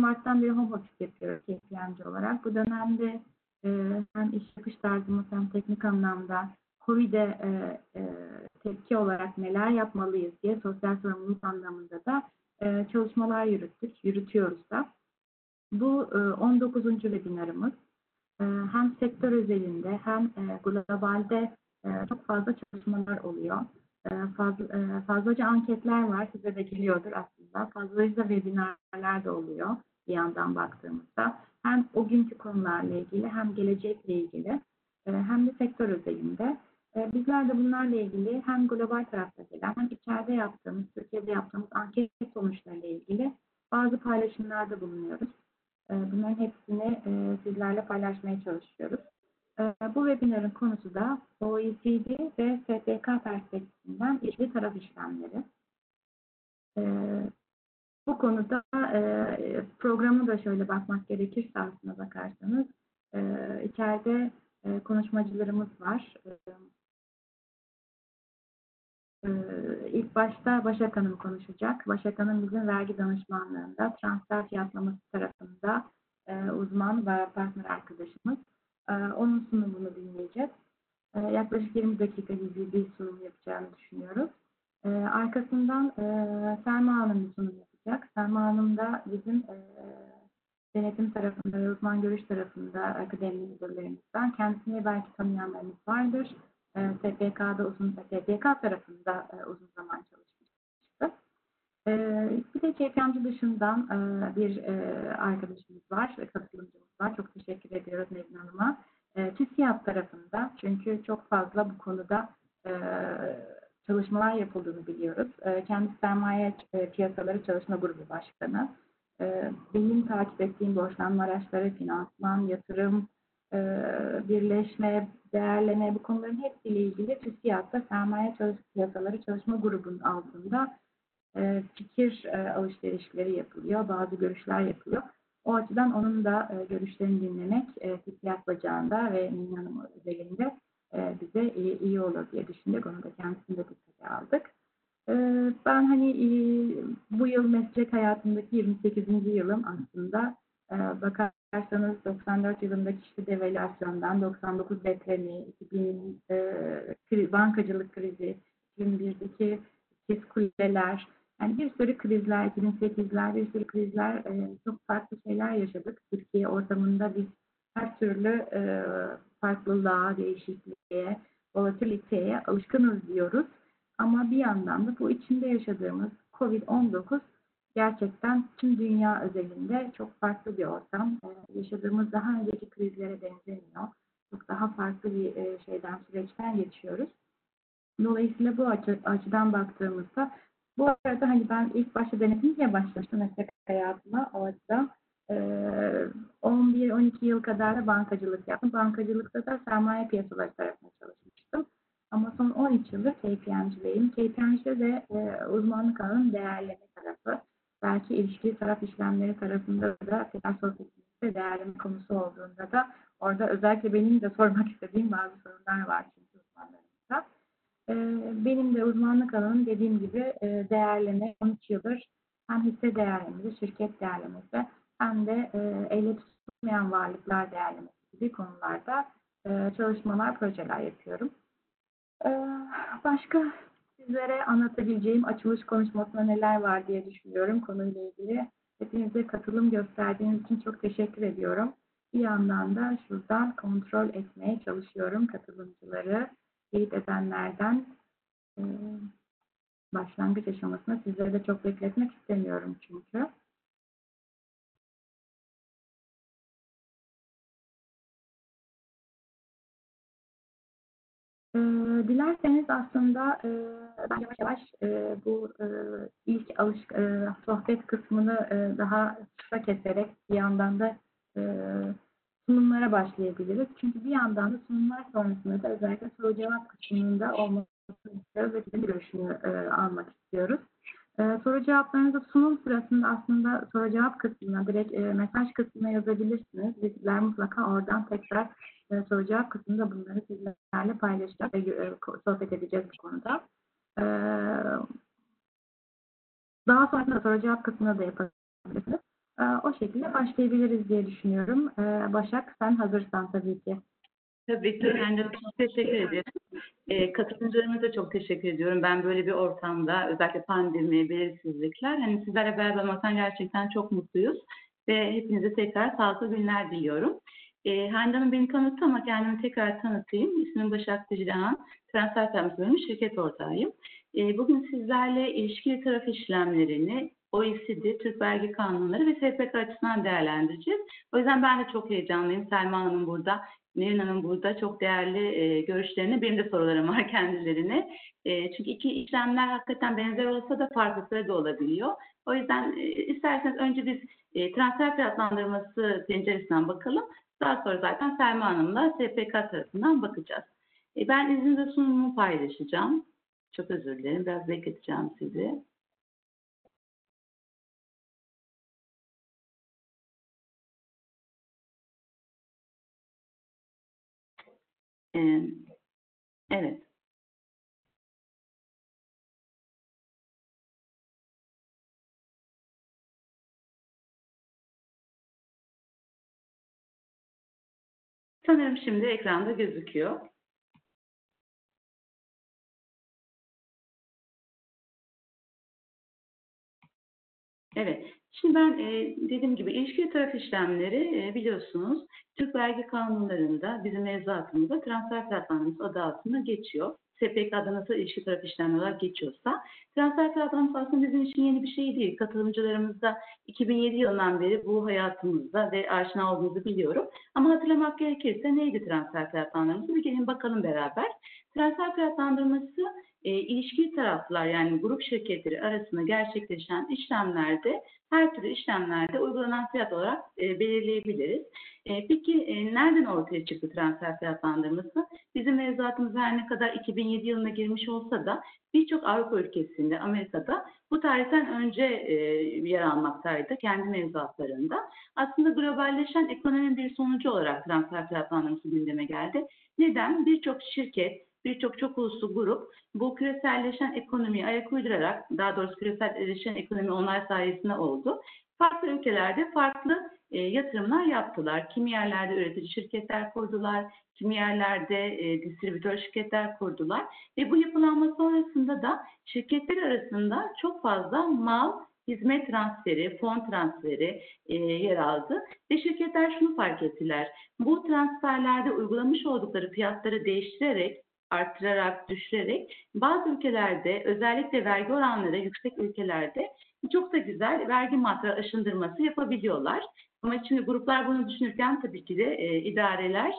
Mart'tan beri home office yapıyoruz KPMG olarak. Bu dönemde hem iş yapış tarzımız hem teknik anlamda COVID'e tepki olarak neler yapmalıyız diye sosyal sorumluluk anlamında da çalışmalar yürütüyoruz da. Bu 19. webinarımız. Hem sektör özelinde hem globalde çok fazla çalışmalar oluyor. Fazlaca anketler var, size de geliyordur aslında. Fazlaca webinarlar da oluyor bir yandan baktığımızda. Hem o günkü konularla ilgili hem gelecekle ilgili hem de sektör özelinde. Bizler de bunlarla ilgili hem global tarafta gelen hem içeride yaptığımız, Türkiye'de yaptığımız anket sonuçlarıyla ilgili bazı paylaşımlarda bulunuyoruz. Bunların hepsini sizlerle paylaşmaya çalışıyoruz. Bu webinarın konusu da OECD ve STK perspektifinden işli taraf işlemleri. Bu konuda programı da şöyle bakmak gerekirse aslına bakarsanız içeride konuşmacılarımız var. İlk başta Başak Hanım konuşacak. Başak Hanım bizim vergi danışmanlığında transfer fiyatlaması tarafında uzman ve partner arkadaşımız. Onun sunumunu dinleyeceğiz. Yaklaşık 20 dakika gibi bir sunum yapacağını düşünüyoruz. Arkasından Selma Hanım bir sunum yapacak. Selma Hanım da bizim denetim tarafında ve uzman görüş tarafında akademi müdürlerimizden. Kendisini belki tanıyanlarınız vardır. SPK tarafında uzun zaman çalışmıştı. Bir de KPMG dışından bir arkadaşımız var, katılımcımız var. Çok teşekkür ediyoruz Nevin Hanım'a. TÜSİAD tarafında, çünkü çok fazla bu konuda çalışmalar yapıldığını biliyoruz. Kendisi sermaye piyasaları çalışma grubu başkanı. Benim takip ettiğim borçlanma araçları, finansman, yatırım, birleşme, değerleme, bu konuların hepsiyle ilgili TÜSİAD'da sermaye piyasaları çalışma grubunun altında fikir alışverişleri yapılıyor, bazı görüşler yapılıyor. O açıdan onun da görüşlerini dinlemek TÜSİAD bacağında ve Nevin Hanım özelinde bize iyi olur diye düşündük. Onu da kendisini de dikkate aldık. Ben hani bu yıl meslek hayatımdaki 28. yılım aslında. Bakarsanız 94 yılındaki işte devalüasyondan, 99 depremi, 2000 bankacılık krizi, 2001'deki siz kuleler, yani bir sürü krizler, 2008'ler, bir sürü krizler, çok farklı şeyler yaşadık. Türkiye ortamında biz her türlü farklılığa, değişikliğe, volatiliteye alışkınız diyoruz. Ama bir yandan da bu içinde yaşadığımız COVID-19 gerçekten tüm dünya özelinde çok farklı bir ortam. Yaşadığımız daha önceki krizlere benzemiyor. Çok daha farklı bir süreçten geçiyoruz. Dolayısıyla bu açıdan baktığımızda, bu arada hani ben ilk başta denetimle başlamıştım meslek hayatıma. O açıdan 11-12 yıl kadar da bankacılık yaptım. Bankacılıkta da sermaye piyasaları tarafında çalışmıştım. Ama son 13 yıldır KPMG'deyim. KPMG'de de uzmanlık alanım değerleme tarafı. Belki ilişkili taraf işlemleri tarafında da tekrar sohbetimizde değerleme konusu olduğunda da orada özellikle benim de sormak istediğim bazı sorunlar var çünkü uzmanlarımızda. Benim de uzmanlık alanım dediğim gibi değerleme. 13 yıldır hem hisse değerlemesi, şirket değerlemesi hem de elle tutulmayan varlıklar değerlemesi gibi konularda çalışmalar, projeler yapıyorum. Başka sizlere anlatabileceğim açılış konuşmasında neler var diye düşünüyorum konuyla ilgili. Hepinize katılım gösterdiğiniz için çok teşekkür ediyorum. Bir yandan da şuradan kontrol etmeye çalışıyorum katılımcıları. Teyit edenlerden başlangıç aşamasında sizleri de çok bekletmek istemiyorum çünkü. Dilerseniz aslında ben yavaş yavaş bu ilk sohbet kısmını daha kısa keserek bir yandan da sunumlara başlayabiliriz. Çünkü bir yandan da sunumlar sonrasında da özellikle soru cevap kısmında olmasını istiyoruz ve sizin görüşünü almak istiyoruz. Soru cevaplarınızı sunum sırasında aslında soru cevap kısmına, direkt mesaj kısmına yazabilirsiniz. Bizler mutlaka oradan tekrar soru cevap kısmında bunları sizlerle paylaşacağız ve sohbet edeceğiz bu konuda. Daha sonra soru cevap kısmına da yapabilirsiniz. O şekilde başlayabiliriz diye düşünüyorum. Başak, sen hazırsan tabii ki. Tabii ki. Kendime çok teşekkür ederim. Katılımcılarıma da çok teşekkür ediyorum. Ben böyle bir ortamda, özellikle pandemi, belirsizlikler, hani sizlerle beraber olmaktan gerçekten çok mutluyuz. Ve hepinize tekrar sağlıklı günler diliyorum. Hande Hanım beni tanıttı ama kendimi tekrar tanıtayım. İsmim Başak Diclehan, Transfer Servis Bölümü şirket ortağıyım. Bugün sizlerle ilişkili taraf işlemlerini, OECD, Türk Vergi Kanunları ve SPK açısından değerlendireceğiz. O yüzden ben de çok heyecanlıyım. Selma Hanım burada, Nevin Hanım burada çok değerli görüşlerini, benim de sorularım var kendilerine. Çünkü iki işlemler hakikaten benzer olsa da farklılıkları da olabiliyor. O yüzden isterseniz önce biz transfer fiyatlandırması penceresinden bakalım. Daha sonra zaten Selma Hanım'la SPK tarafından bakacağız. Ben izninizle sunumumu paylaşacağım. Çok özür dilerim. Biraz bekleteceğim sizi. Evet. Sanırım şimdi ekranda gözüküyor. Evet. Şimdi ben dediğim gibi ilişkili taraf işlemleri biliyorsunuz Türk Vergi Kanunlarında bizim mevzuatımızda transfer fiyatlandırması adı altında geçiyor. SPK'da nasıl ilişki taraf işlemleri olarak geçiyorsa transfer fiyatlandırması aslında bizim için yeni bir şey değil. Katılımcılarımız da 2007 yılından beri bu hayatımızda ve aşina olduğumuzu biliyorum. Ama hatırlamak gerekirse neydi transfer fiyatlandırması? Bir gelin bakalım beraber. Transfer fiyatlandırması ilişkili taraflar yani grup şirketleri arasında gerçekleşen işlemlerde her türlü işlemlerde uygulanan fiyat olarak belirleyebiliriz. Peki nereden ortaya çıktı transfer fiyatlandırması? Bizim mevzuatımız her ne kadar 2007 yılına girmiş olsa da birçok Avrupa ülkesinde, Amerika'da bu tarihten önce yer almaktaydı kendi mevzuatlarında. Aslında globalleşen ekonominin bir sonucu olarak transfer fiyatlandırması gündeme geldi. Neden? Birçok şirket, birçok çok uluslu grup bu küreselleşen ekonomiye ayak uydurarak, daha doğrusu küreselleşen ekonomi onlar sayesinde oldu. Farklı ülkelerde farklı yatırımlar yaptılar. Kimi yerlerde üretici şirketler kurdular, kimi yerlerde distribütör şirketler kurdular. Ve bu yapılanma sonrasında da şirketler arasında çok fazla mal, hizmet transferi, fon transferi yer aldı. Ve şirketler şunu fark ettiler. Bu transferlerde uygulamış oldukları fiyatları değiştirerek, arttırarak, düşürerek bazı ülkelerde özellikle vergi oranları yüksek ülkelerde çok da güzel vergi matra aşındırması yapabiliyorlar. Ama şimdi gruplar bunu düşünürken tabii ki de idareler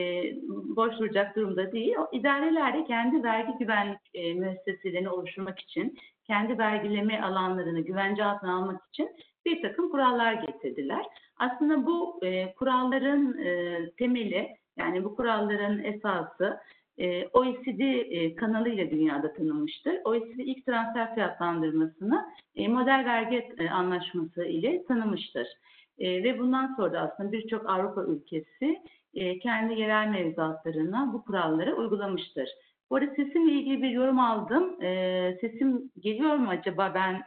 boş duracak durumda değil. O idareler de kendi vergi güvenlik müesseselerini oluşturmak için, kendi vergileme alanlarını güvence altına almak için bir takım kurallar getirdiler. Aslında bu kuralların temeli, yani bu kuralların esası OECD kanalıyla dünyada tanınmıştır. OECD ilk transfer fiyatlandırmasını model vergi anlaşması ile tanımıştır. Ve bundan sonra da aslında birçok Avrupa ülkesi kendi yerel mevzuatlarına bu kuralları uygulamıştır. Bu arada sesimle ilgili bir yorum aldım. Sesim geliyor mu acaba? Ben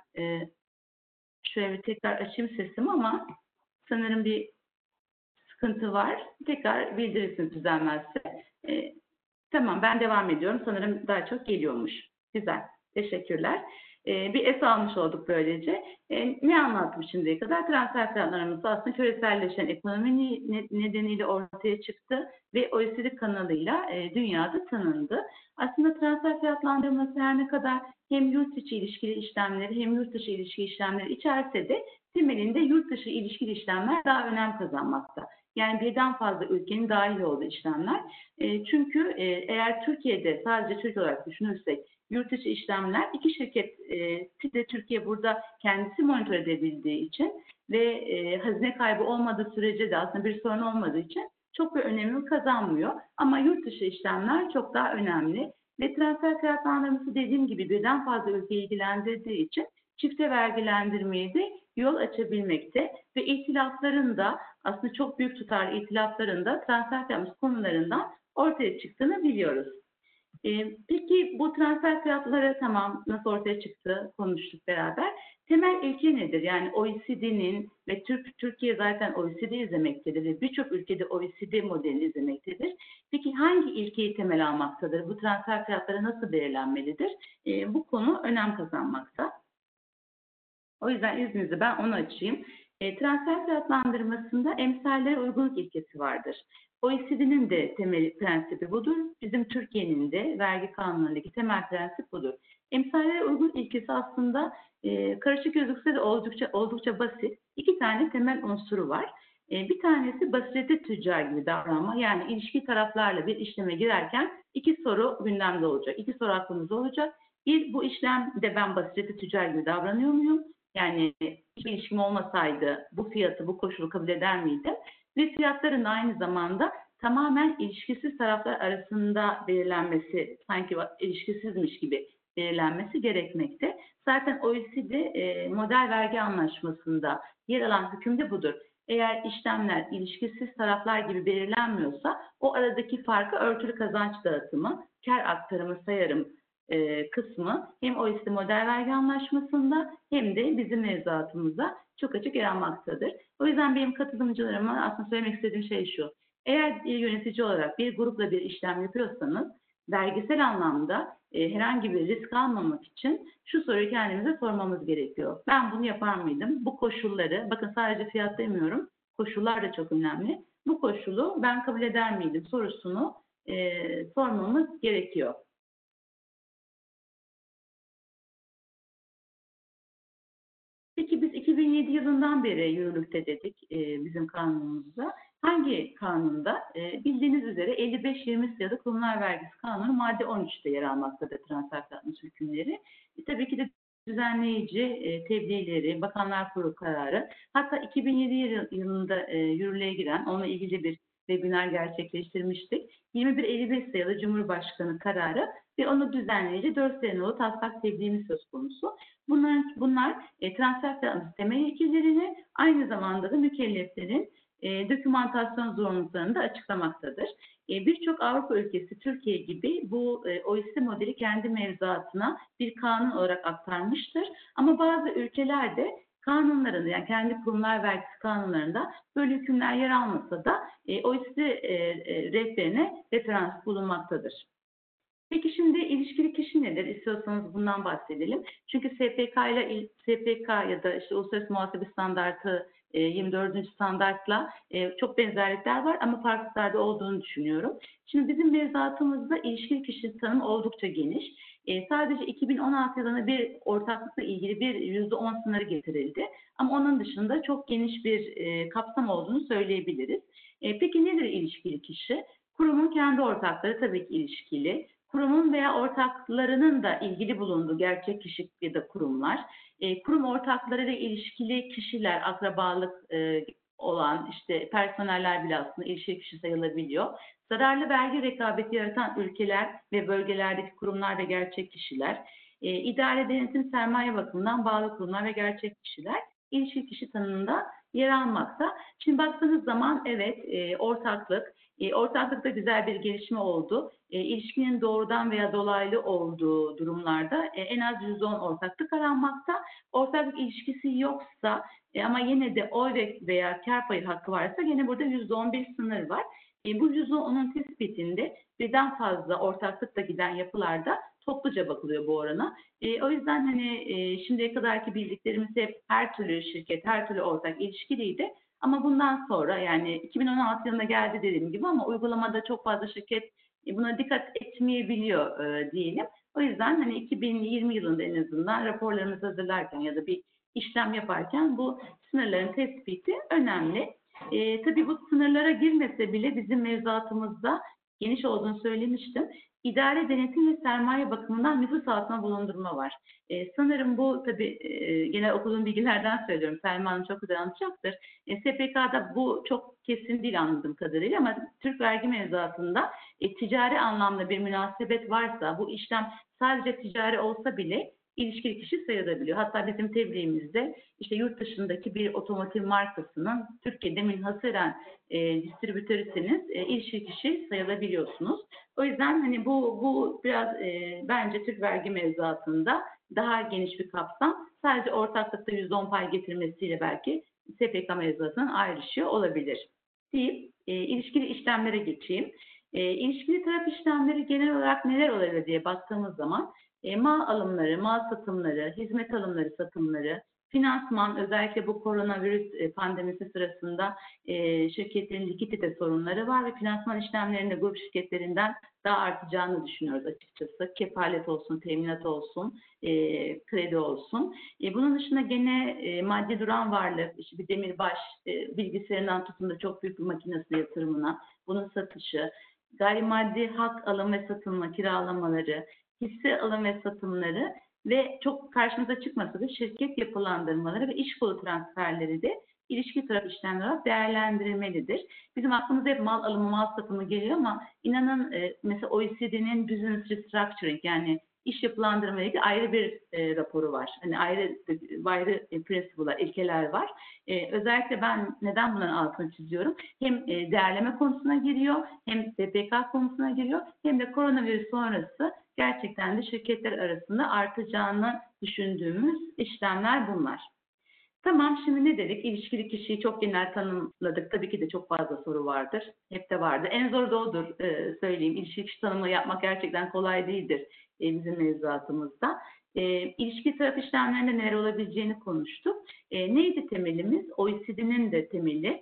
şöyle bir tekrar açayım sesimi ama sanırım bir sıkıntı var. Tekrar bildirirsiniz düzelmezse. Tamam, ben devam ediyorum. Sanırım daha çok geliyormuş. Güzel, teşekkürler. Bir es almış olduk böylece. Ne anlattım şimdiye kadar? Transfer fiyatlarımız aslında küreselleşen ekonomi nedeniyle ortaya çıktı ve OECD kanalıyla dünyada tanındı. Aslında transfer fiyatlandırması her ne kadar hem yurt içi ilişkili işlemleri hem yurt dışı ilişkili işlemleri içerse de temelinde yurt dışı ilişkili işlemler daha önem kazanmakta. Yani birden fazla ülkenin dahil olduğu işlemler. Çünkü eğer Türkiye'de sadece Türkiye olarak düşünürsek yurt içi işlemler iki şirket de Türkiye burada kendisi monitör edebildiği için ve hazine kaybı olmadığı sürece de aslında bir sorun olmadığı için çok bir önemi kazanmıyor. Ama yurt dışı işlemler çok daha önemli. Ve transfer fiyatlandırması dediğim gibi birden fazla ülkeyi ilgilendirdiği için çifte vergilendirmeyi de yol açabilmekte ve ihtilafların da aslında çok büyük tutarlı ihtilafların da transfer fiyatı konularından ortaya çıktığını biliyoruz. Peki bu transfer fiyatları tamam nasıl ortaya çıktı konuştuk beraber. Temel ilke nedir? Yani OECD'nin ve Türkiye zaten OECD izlemektedir ve birçok ülkede OECD modelini izlemektedir. Peki hangi ilkeyi temel almaktadır? Bu transfer fiyatları nasıl belirlenmelidir? Bu konu önem kazanmakta. O yüzden izninizle ben onu açayım. Transfer fiyatlandırmasında emsallere uygunluk ilkesi vardır. OECD'nin de temel prensibi budur. Bizim Türkiye'nin de vergi kanunundaki temel prensip budur. Emsallere uygunluk ilkesi aslında karışık gözükse de oldukça basit. İki tane temel unsuru var. Bir tanesi basiretli tüccar gibi davranma. Yani ilişki taraflarla bir işleme girerken iki soru gündemde olacak. İki soru aklımızda olacak. Bir, bu işlemde ben basiretli tüccar gibi davranıyor muyum? Yani hiçbir ilişkim olmasaydı bu fiyatı, bu koşulu kabul eder miydim? Ve fiyatların aynı zamanda tamamen ilişkisiz taraflar arasında belirlenmesi, sanki ilişkisizmiş gibi belirlenmesi gerekmekte. Zaten OECD model vergi anlaşmasında yer alan hüküm de budur. Eğer işlemler ilişkisiz taraflar gibi belirlenmiyorsa o aradaki farkı örtülü kazanç dağıtımı, kar aktarımı sayarım kısmı hem OECD model vergi anlaşmasında hem de bizim mevzuatımızda çok açık yer almaktadır. O yüzden benim katılımcılarıma aslında söylemek istediğim şey şu. Eğer bir yönetici olarak bir grupla bir işlem yapıyorsanız vergisel anlamda herhangi bir risk almamak için şu soruyu kendimize sormamız gerekiyor. Ben bunu yapar mıydım? Bu koşulları, bakın sadece fiyat demiyorum, koşullar da çok önemli. Bu koşulu ben kabul eder miydim sorusunu sormamız gerekiyor. Peki biz 2007 yılından beri yürürlükte dedik bizim kanunumuzda. Hangi kanunda? Bildiğiniz üzere 55-20 sayılı Kurumlar Vergisi Kanunu madde 13'te yer almaktadır transfer fiyatlanmış hükümleri. Tabii ki de düzenleyici tebliğleri, Bakanlar Kurulu kararı, hatta 2007 yılında yürürlüğe giren, onunla ilgili bir webinar gerçekleştirmiştik. 21-55 sayılı Cumhurbaşkanı kararı ve onu düzenleyici 4 seneli taslak tebliğimiz söz konusu. Bunlar transfer fiyatının temel ilkelerini aynı zamanda da mükelleflerin dokümantasyon zorunluluklarını da açıklamaktadır. Birçok Avrupa ülkesi Türkiye gibi bu OECD modeli kendi mevzuatına bir kanun olarak aktarmıştır. Ama bazı ülkelerde kanunlarında, yani kendi kurumlar vergisi kanunlarında böyle hükümler yer almasa da OECD rehberine referans bulunmaktadır. Peki şimdi ilişkili kişi nedir? İstiyorsanız bundan bahsedelim. Çünkü SPK ya da işte Uluslararası Muhasebe Standartı 24. standartla çok benzerlikler var ama farklılıklar da olduğunu düşünüyorum. Şimdi bizim mevzuatımızda ilişkili kişi tanımı oldukça geniş. Sadece 2016 yılında bir ortaklıkla ilgili bir %10 sınırı getirildi. Ama onun dışında çok geniş bir kapsam olduğunu söyleyebiliriz. Peki nedir ilişkili kişi? Kurumun kendi ortakları tabii ki ilişkili. Kurumun veya ortaklarının da ilgili bulunduğu gerçek kişi ya da kurumlar, kurum ortakları ile ilişkili kişiler, akrabalık olan işte personeller bile aslında ilişkili kişi sayılabiliyor. Zararlı vergi rekabeti yaratan ülkeler ve bölgelerdeki kurumlar ve gerçek kişiler, idare denetim sermaye bakımından bağlı kurumlar ve gerçek kişiler ilişkili kişi tanımında yer almakta. Şimdi baktığınız zaman evet ortaklıkta güzel bir gelişme oldu. İlişkinin doğrudan veya dolaylı olduğu durumlarda en az %10 ortaklık aranmakta. Ortaklık ilişkisi yoksa ama yine de oy veya kar payı hakkı varsa yine burada %10 bir sınır var. Bu %10'un tespitinde birden fazla ortaklıkla giden yapılarda topluca bakılıyor bu orana. O yüzden hani şimdiye kadarki bildiklerimiz hep her türlü şirket, her türlü ortak ilişkiliydi. Ama bundan sonra yani 2016 yılında geldi dediğim gibi ama uygulamada çok fazla şirket buna dikkat etmeyebiliyor diyelim. O yüzden hani 2020 yılında en azından raporlarımızı hazırlarken ya da bir işlem yaparken bu sınırların tespiti önemli. Tabii bu sınırlara girmese bile bizim mevzuatımızda geniş olduğunu söylemiştim. İdare, denetim ve sermaye bakımından nüfus altına bulundurma var. Sanırım bu tabii genel okuduğum bilgilerden söylüyorum. Selma Hanım çok güzel anlatacaktır. SPK'da bu çok kesin değil anladığım kadarıyla ama Türk vergi mevzuatında ticari anlamda bir münasebet varsa bu işlem sadece ticari olsa bile ilişkili kişi sayılabiliyor. Hatta bizim tebliğimizde işte yurt dışındaki bir otomotiv markasının Türkiye'de münhasıren distribütörüseniz ilişkili kişi sayılabiliyorsunuz. O yüzden hani bu biraz bence Türk vergi mevzuatında daha geniş bir kapsam. Sadece ortaklıkta %10 pay getirmesiyle belki SPK mevzuatından ayrışıyor olabilir deyip ilişkili işlemlere geçeyim. İlişkili taraf işlemleri genel olarak neler olabilir diye baktığımız zaman mal alımları, mal satımları, hizmet alımları, satımları, finansman, özellikle bu koronavirüs pandemisi sırasında şirketlerin likidite sorunları var ve finansman işlemlerinde grup şirketlerinden daha artacağını düşünüyoruz açıkçası. Kefalet olsun, teminat olsun, kredi olsun. Bunun dışında gene maddi duran varlık, işte bir demirbaş, bilgisayarından tutun da çok büyük bir makinesi yatırımına, bunun satışı, gayrimaddi hak alım ve satılma, kiralamaları, hisse alım ve satımları ve çok karşımıza çıkmasa da şirket yapılandırmaları ve iş kolu transferleri de ilişki taraf işlemleri olarak değerlendirilmelidir. Bizim aklımıza hep mal alımı, mal satımı geliyor ama inanın mesela OECD'nin Business Restructuring, yani iş yapılandırma ile ilgili ayrı bir raporu var. Hani ayrı principle'lar, ilkeler var. Özellikle ben neden bunların altını çiziyorum? Hem değerleme konusuna giriyor, hem SPK konusuna giriyor, hem de koronavirüs sonrası gerçekten de şirketler arasında artacağını düşündüğümüz işlemler bunlar. Tamam, şimdi ne dedik? İlişkili kişiyi çok genel tanımladık. Tabii ki de çok fazla soru vardır. Hep de vardı. En zor da odur söyleyeyim. İlişkili kişi tanımı yapmak gerçekten kolay değildir bizim mevzuatımızda. İlişki taraf işlemlerinde neler olabileceğini konuştuk. Neydi temelimiz? OECD'nin de temeli,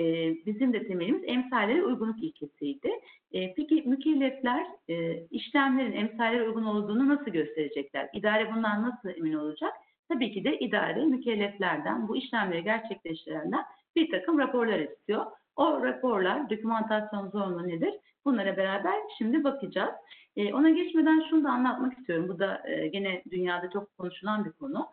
bizim de temelimiz emsallere uygunluk ilkesiydi. Peki mükellefler işlemlerin emsallere uygun olduğunu nasıl gösterecekler? İdare bundan nasıl emin olacak? Tabii ki de idare mükelleflerden, bu işlemleri gerçekleştirenden bir takım raporlar istiyor. O raporlar, dokümantasyon zorunlu nedir? Bunlara beraber şimdi bakacağız. Ona geçmeden şunu da anlatmak istiyorum. Bu da gene dünyada çok konuşulan bir konu.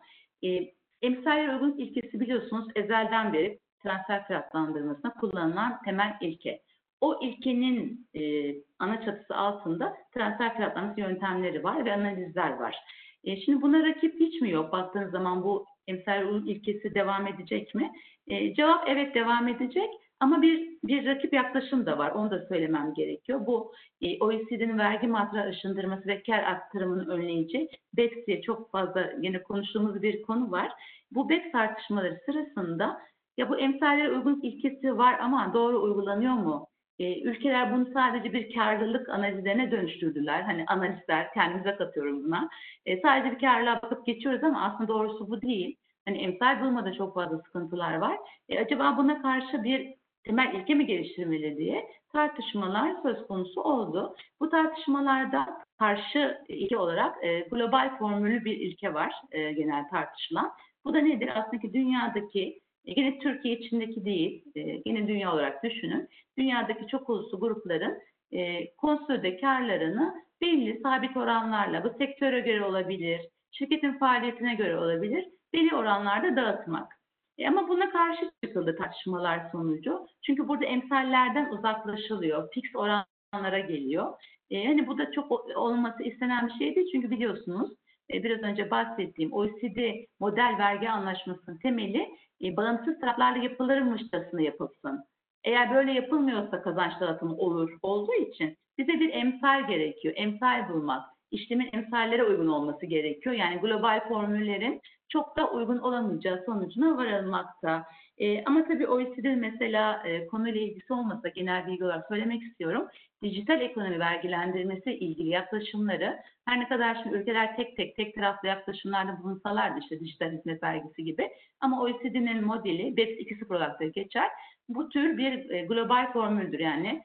Emsallere uygunluk ilkesi biliyorsunuz ezelden beri transfer fiyatlandırmasına kullanılan temel ilke. O ilkenin ana çatısı altında transfer fiyatlandırması yöntemleri var ve analizler var. Şimdi buna rakip hiç mi yok? Baktığınız zaman bu emsal uyum ilkesi devam edecek mi? Cevap evet, devam edecek. Ama bir rakip yaklaşım da var. Onu da söylemem gerekiyor. Bu OECD'nin vergi matrağı aşındırması ve kar aktarımını önleyici BEPS diye çok fazla yine konuştuğumuz bir konu var. Bu BEPS tartışmaları sırasında ya bu emsallere uygun ilkesi var ama doğru uygulanıyor mu? Ülkeler bunu sadece bir karlılık analizlerine dönüştürdüler. Hani analistler, kendimize katıyorum buna. Sadece bir karlılığa bakıp geçiyoruz ama aslında doğrusu bu değil. Hani emsal bulmada çok fazla sıkıntılar var. Acaba buna karşı bir temel ilke mi geliştirmeli diye tartışmalar söz konusu oldu. Bu tartışmalarda karşı ilke olarak global formülü bir ilke var genel tartışılan. Bu da nedir? Aslında dünyadaki, yine Türkiye içindeki değil, yine dünya olarak düşünün. Dünyadaki çok uluslu grupların konsolide karlarını belli sabit oranlarla, bu sektöre göre olabilir, şirketin faaliyetine göre olabilir, belli oranlarda dağıtmak. Ama buna karşı çıkıldı tartışmalar sonucu. Çünkü burada emsallerden uzaklaşılıyor, fix oranlara geliyor. Hani bu da çok olması istenen bir şey değil. Çünkü biliyorsunuz biraz önce bahsettiğim OECD model vergi anlaşmasının temeli bağımsız taraflarla yapılırmışçasına yapılsın. Eğer böyle yapılmıyorsa kazanç dağıtımı olduğu için bize bir emsal gerekiyor. Emsal bulmak, işlemin emsallere uygun olması gerekiyor. Yani global formüllerin çok da uygun olamayacağı sonucuna varılmakta. Ama tabii OECD mesela konuyla ilgisi olmasa genel bilgi olarak söylemek istiyorum. Dijital ekonomi vergilendirmesi ilgili yaklaşımları her ne kadar şimdi ülkeler tek taraflı yaklaşımlarda bulunsalardı, işte dijital hizmet vergisi gibi, ama OECD'nin modeli BEPS 2.0 olarak da geçer. Bu tür bir global formüldür, yani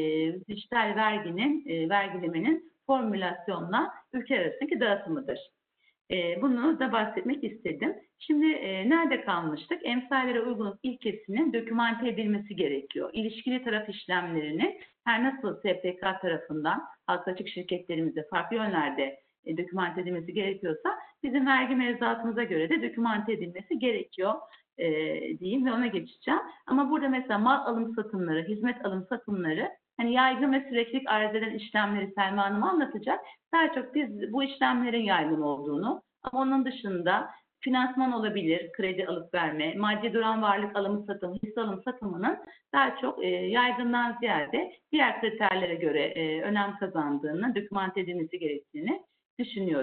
dijital vergilemenin formülasyonla ülke arasındaki dağıtımıdır. Bunu da bahsetmek istedim. Şimdi nerede kalmıştık? Emsallere uygunluk ilkesinin dokümante edilmesi gerekiyor. İlişkili taraf işlemlerinin her nasıl SPK tarafından halka açık şirketlerimizde farklı yönlerde dokümante edilmesi gerekiyorsa bizim vergi mevzuatımıza göre de dokümante edilmesi gerekiyor diyeyim ve ona geçeceğim. Ama burada mesela mal alım satımları, hizmet alım satımları, hani yaygın ve süreklilik arz eden işlemleri Selma Hanım anlatacak. Daha çok biz bu işlemlerin yaygın olduğunu, ama onun dışında finansman olabilir, kredi alıp verme, maddi duran varlık alımı satımı, hisse alım satımının daha çok yaygından ziyade diğer kriterlere göre önem kazandığını, dokümante edilmesi gerektiğini düşünüyoruz.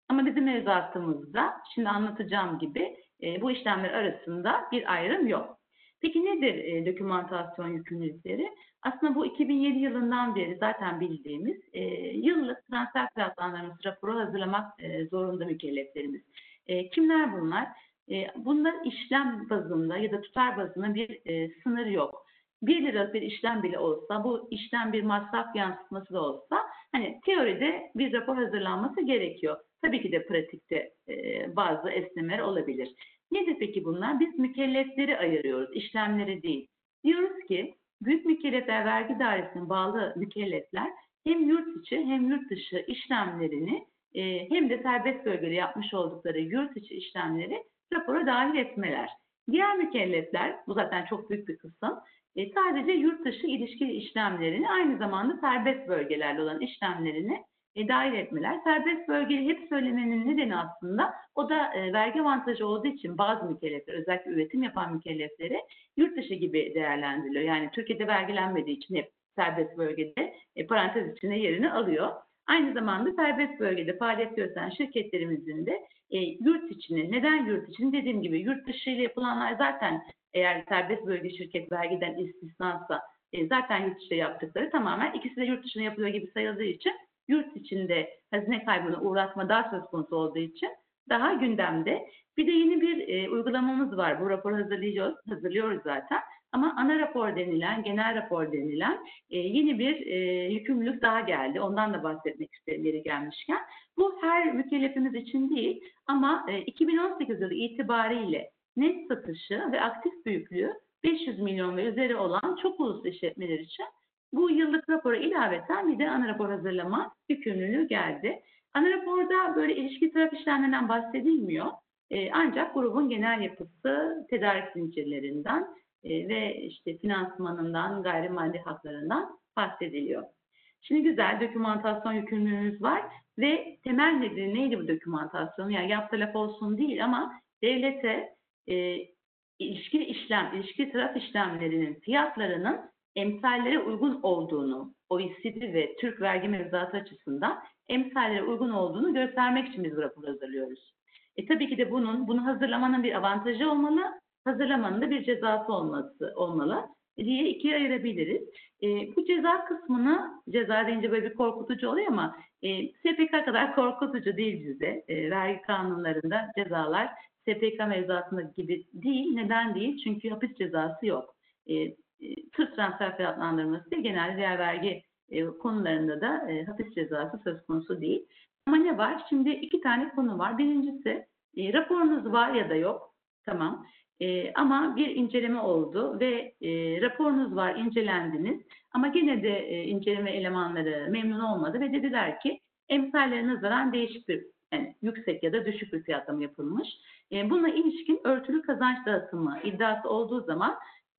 Ama bizim mevzuatımızda şimdi anlatacağım gibi bu işlemler arasında bir ayrım yok. Peki nedir dokümantasyon yükümlülükleri? Aslında bu 2007 yılından beri zaten bildiğimiz yıllık transfer fiyatlandırması raporu hazırlamak zorunda mükelleflerimiz. Kimler bunlar? Bunların işlem bazında ya da tutar bazında bir sınır yok. 1 liralık bir işlem bile olsa, bu işlem bir masraf yansıtması da olsa, hani teoride bir rapor hazırlanması gerekiyor. Tabii ki de pratikte bazı esnemeler olabilir. Nedir peki bunlar? Biz mükellefleri ayırıyoruz, işlemleri değil. Diyoruz ki büyük mükellefler vergi dairesine bağlı mükellefler hem yurt içi hem yurt dışı işlemlerini hem de serbest bölgede yapmış oldukları yurt içi işlemleri rapora dahil etmeler. Diğer mükellefler, bu zaten çok büyük bir kısım, sadece yurt dışı ilişkili işlemlerini aynı zamanda serbest bölgelerle olan işlemlerini dahil etmeler. Serbest bölgeli hep söylemenin nedeni aslında o da vergi avantajı olduğu için bazı mükellefler, özellikle üretim yapan mükellefleri yurt dışı gibi değerlendiriliyor. Yani Türkiye'de vergilenmediği için hep serbest bölgede parantez içinde yerini alıyor. Aynı zamanda serbest bölgede faaliyet gösteren şirketlerimizin de yurt içini, neden yurt içini dediğim gibi yurt dışı ile yapılanlar zaten eğer serbest bölge şirket vergiden istisnansa zaten yurt dışı yaptıkları tamamen ikisi de yurt dışına yapılıyor gibi sayıldığı için yurt içinde hazine kaybına uğratma daha söz konusu olduğu için daha gündemde. Bir de yeni bir uygulamamız var. Bu raporu hazırlıyoruz zaten. Ama ana rapor denilen, genel rapor denilen yeni bir yükümlülük daha geldi. Ondan da bahsetmek isterim yeri gelmişken. Bu her mükellefimiz için değil ama 2018 yılı itibariyle net satışı ve aktif büyüklüğü 500 milyon ve üzeri olan çok uluslu işletmeler için bu yıllık rapora ilaveten bir de ana rapor hazırlama yükümlülüğü geldi. Ana raporda böyle ilişki taraf işlemlerinden bahsedilmiyor. Ancak grubun genel yapısı, tedarik zincirlerinden ve işte finansmanından, gayrimaddi haklarından bahsediliyor. Şimdi güzel dokümantasyon yükümlülüğümüz var ve temel nedeni neydi bu dokümantasyon? Yani yaptı laf olsun değil ama devlete ilişki taraf işlemlerinin fiyatlarının emsallere uygun olduğunu, OECD ve Türk vergi mevzuatı açısından emsallere uygun olduğunu göstermek için biz bu raporu hazırlıyoruz. Tabii ki de bunu hazırlamanın bir avantajı olmalı, hazırlamanın da bir cezası olmalı diye ikiye ayırabiliriz. Bu ceza kısmını, ceza deyince böyle bir korkutucu oluyor ama SPK kadar korkutucu değil bizde. Vergi kanunlarında cezalar SPK mevzuatında gibi değil. Neden değil? Çünkü hapis cezası yok. Tır transfer fiyatlandırması değil, genelde diğer vergi konularında da hapis cezası söz konusu değil. Ama ne var? Şimdi iki tane konu var. Birincisi raporunuz var ya da yok. Tamam. Ama bir inceleme oldu ve raporunuz var, incelendiniz. Ama gene de inceleme elemanları memnun olmadı ve dediler ki emsallere nazaran değişik bir, yani yüksek ya da düşük bir fiyatlama yapılmış. Buna ilişkin örtülü kazanç dağıtımı iddiası olduğu zaman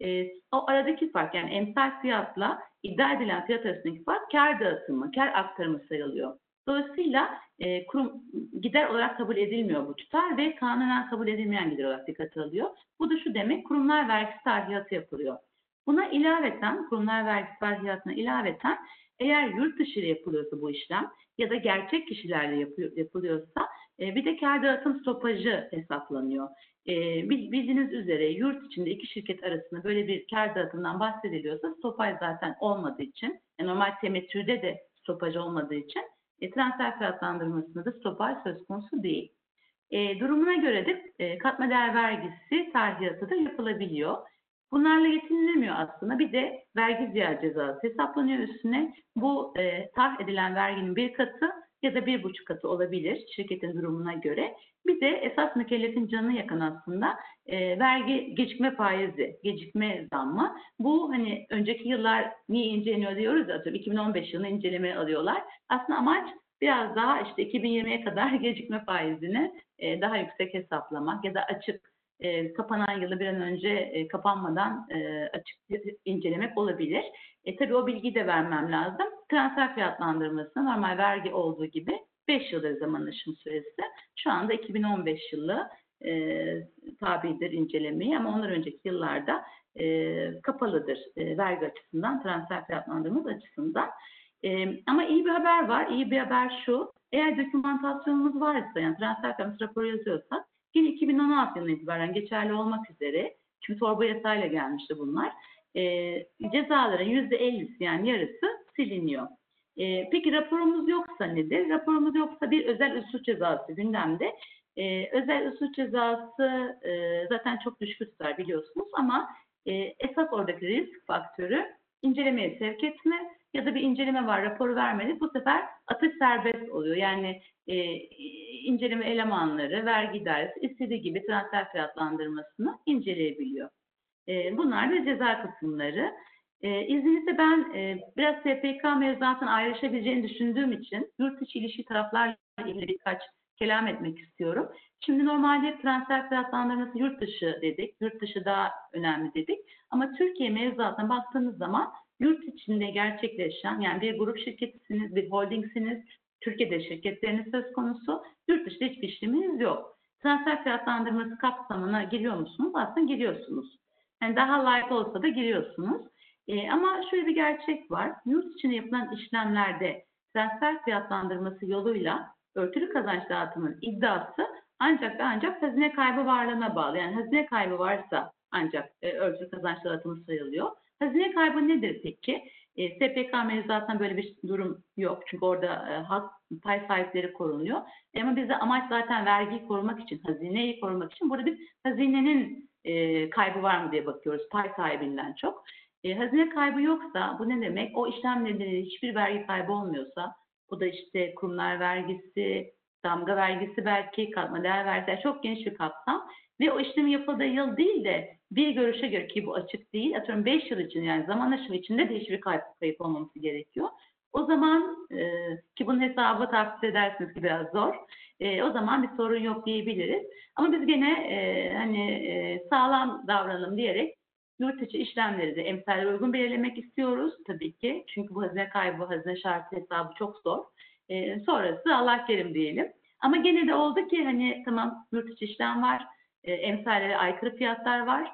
o aradaki fark, yani emsal fiyatla iddia edilen fiyat arasındaki fark kar dağıtımı, kar aktarımı sayılıyor. Dolayısıyla kurum gider olarak kabul edilmiyor bu tutar ve kanunen kabul edilmeyen gider olarak dikkate alıyor. Bu da şu demek, kurumlar vergisi tarhiyyatı yapılıyor. Buna ilaveten, kurumlar vergisi tarhiyatına ilaveten eğer yurt dışı ile yapılıyorsa bu işlem ya da gerçek kişilerle yapılıyorsa bir de kar dağıtım stopajı hesaplanıyor. Bildiğiniz üzere yurt içinde iki şirket arasında böyle bir kar dağıtımından bahsediliyorsa stopaj zaten olmadığı için, normal temettüde de stopaj olmadığı için transfer fiyatlandırmasında da stopaj söz konusu değil. Durumuna göre de katma değer vergisi tarhiyatı da yapılabiliyor. Bunlarla yetinilemiyor aslında. Bir de vergi ziyaret cezası hesaplanıyor üstüne. Bu tahs edilen verginin bir katı ya da 1,5 katı olabilir şirketin durumuna göre. Bir de esas mükellefin canını yakan aslında vergi gecikme faizi, gecikme zammı. Bu hani önceki yıllar niye inceleniyor diyoruz ya, 2015 yılında incelemeye alıyorlar. Aslında amaç biraz daha işte 2020'ye kadar gecikme faizini daha yüksek hesaplamak ya da açık kapanan yılı bir an önce kapanmadan açık incelemek olabilir. Tabii o bilgiyi de vermem lazım. Transfer fiyatlandırmasına normal vergi olduğu gibi 5 yıldır zaman aşımı süresi. Şu anda 2015 yılı tabidir incelemeye ama ondan önceki yıllarda kapalıdır vergi açısından, transfer fiyatlandırması açısından. Ama iyi bir haber var. İyi bir haber şu. Eğer dokümantasyonumuz varsa, yani transfer permit raporu yazıyorsak, yine 2016 yılından itibaren geçerli olmak üzere, çünkü torba yasayla gelmişti bunlar, cezaların %50'si, yani yarısı siliniyor. Peki raporumuz yoksa nedir? Raporumuz yoksa bir özel usul cezası gündemde. Özel usul cezası zaten çok düşük tutar biliyorsunuz, ama esas oradaki risk faktörü incelemeye sevk etme ya da bir inceleme var, raporu vermedi. Bu sefer atış serbest oluyor. Yani inceleme elemanları, vergi idaresi istediği gibi transfer fiyatlandırmasını inceleyebiliyor. Bunlar da ceza kısımları. İzninizle ben biraz SPK mevzuatının ayrışabileceğini düşündüğüm için yurt içi ilişki taraflarla ilgili birkaç kelam etmek istiyorum. Şimdi normalde transfer fiyatlandırması yurt dışı dedik, yurt dışı daha önemli dedik. Ama Türkiye mevzuatına baktığınız zaman yurt içinde gerçekleşen, yani bir grup şirketisiniz, bir holdingsiniz, Türkiye'de şirketleriniz söz konusu, yurt dışında hiçbir işleminiz yok. Transfer fiyatlandırması kapsamına giriyor musunuz? Aslında giriyorsunuz. Yani daha light olsa da giriyorsunuz. Ama şöyle bir gerçek var. Yurt içinde yapılan işlemlerde transfer fiyatlandırması yoluyla örtülü kazanç dağıtımının iddiası ancak ve ancak hazine kaybı varlığına bağlı. Yani hazine kaybı varsa ancak örtülü kazanç dağıtımı sayılıyor. Hazine kaybı nedir peki? SPK mevzuatından böyle bir durum yok. Çünkü orada hak pay sahipleri korunuyor. Ama bizde amaç zaten vergiyi korumak için, hazineyi korumak için. Burada biz hazinenin kaybı var mı diye bakıyoruz, pay sahibinden çok. Hazine kaybı yoksa bu ne demek? O işlem nedeniyle hiçbir vergi kaybı olmuyorsa, bu da işte kurumlar vergisi, damga vergisi, belki katma değer vergisi, yani çok geniş bir kapsam ve o işlemi yapıldığı yıl değil de bir görüşe göre, ki bu açık değil, atıyorum 5 yıl için, yani zaman aşımı içinde de hiçbir kayıp olmaması gerekiyor. O zaman ki bunun hesabı takip edersiniz ki biraz zor. O zaman bir sorun yok diyebiliriz. Ama biz gene sağlam davranalım diyerek yurt içi işlemleri de emsallere uygun belirlemek istiyoruz tabii ki. Çünkü bu hazine kaybı, hazine şartı hesabı çok zor. Sonrası Allah kerim diyelim. Ama gene de oldu ki hani tamam, yurt içi işlem var, emsallere aykırı fiyatlar var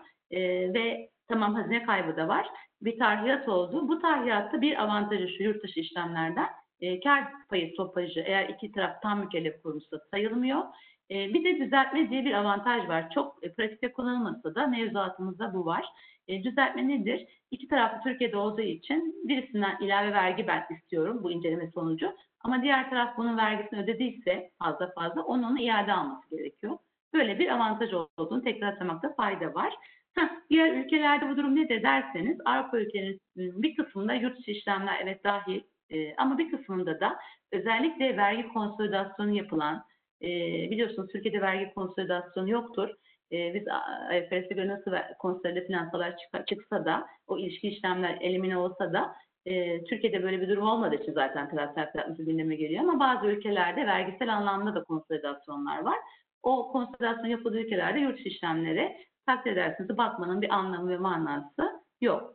ve tamam, hazine kaybı da var. Bir tahribat oldu. Bu tahribatta bir avantajı şu yurt dışı işlemlerden: kar payı stopajı eğer iki taraf tam mükellef kurumsa sayılmıyor. Bir de düzeltme diye bir avantaj var. Çok pratikte kullanılmasa da mevzuatımızda bu var. Düzeltme nedir? İki taraflı Türkiye'de olduğu için birisinden ilave vergi ben istiyorum bu inceleme sonucu. Ama diğer taraf bunun vergisini ödediyse fazla onun iade alması gerekiyor. Böyle bir avantaj olduğunu tekrar hatırlamakta fayda var. Diğer ülkelerde bu durum nedir derseniz, Avrupa ülkelerinin bir kısmında yurt dışı işlemler evet dahil, ama bir kısmında da özellikle vergi konsolidasyonu yapılan, biliyorsunuz Türkiye'de vergi konsolidasyonu yoktur. Biz IFRS'e göre nasıl konsolide finansalar çıksa da, o ilişki işlemler elimine olsa da, Türkiye'de böyle bir durum olmadığı için zaten transfer fiyatlaması gündeme geliyor. Ama bazı ülkelerde vergisel anlamda da konsolidasyonlar var. O konsolidasyon yapıldığı ülkelerde yurt dışı işlemlere takdir edersiniz bakmanın bir anlamı ve manası yok.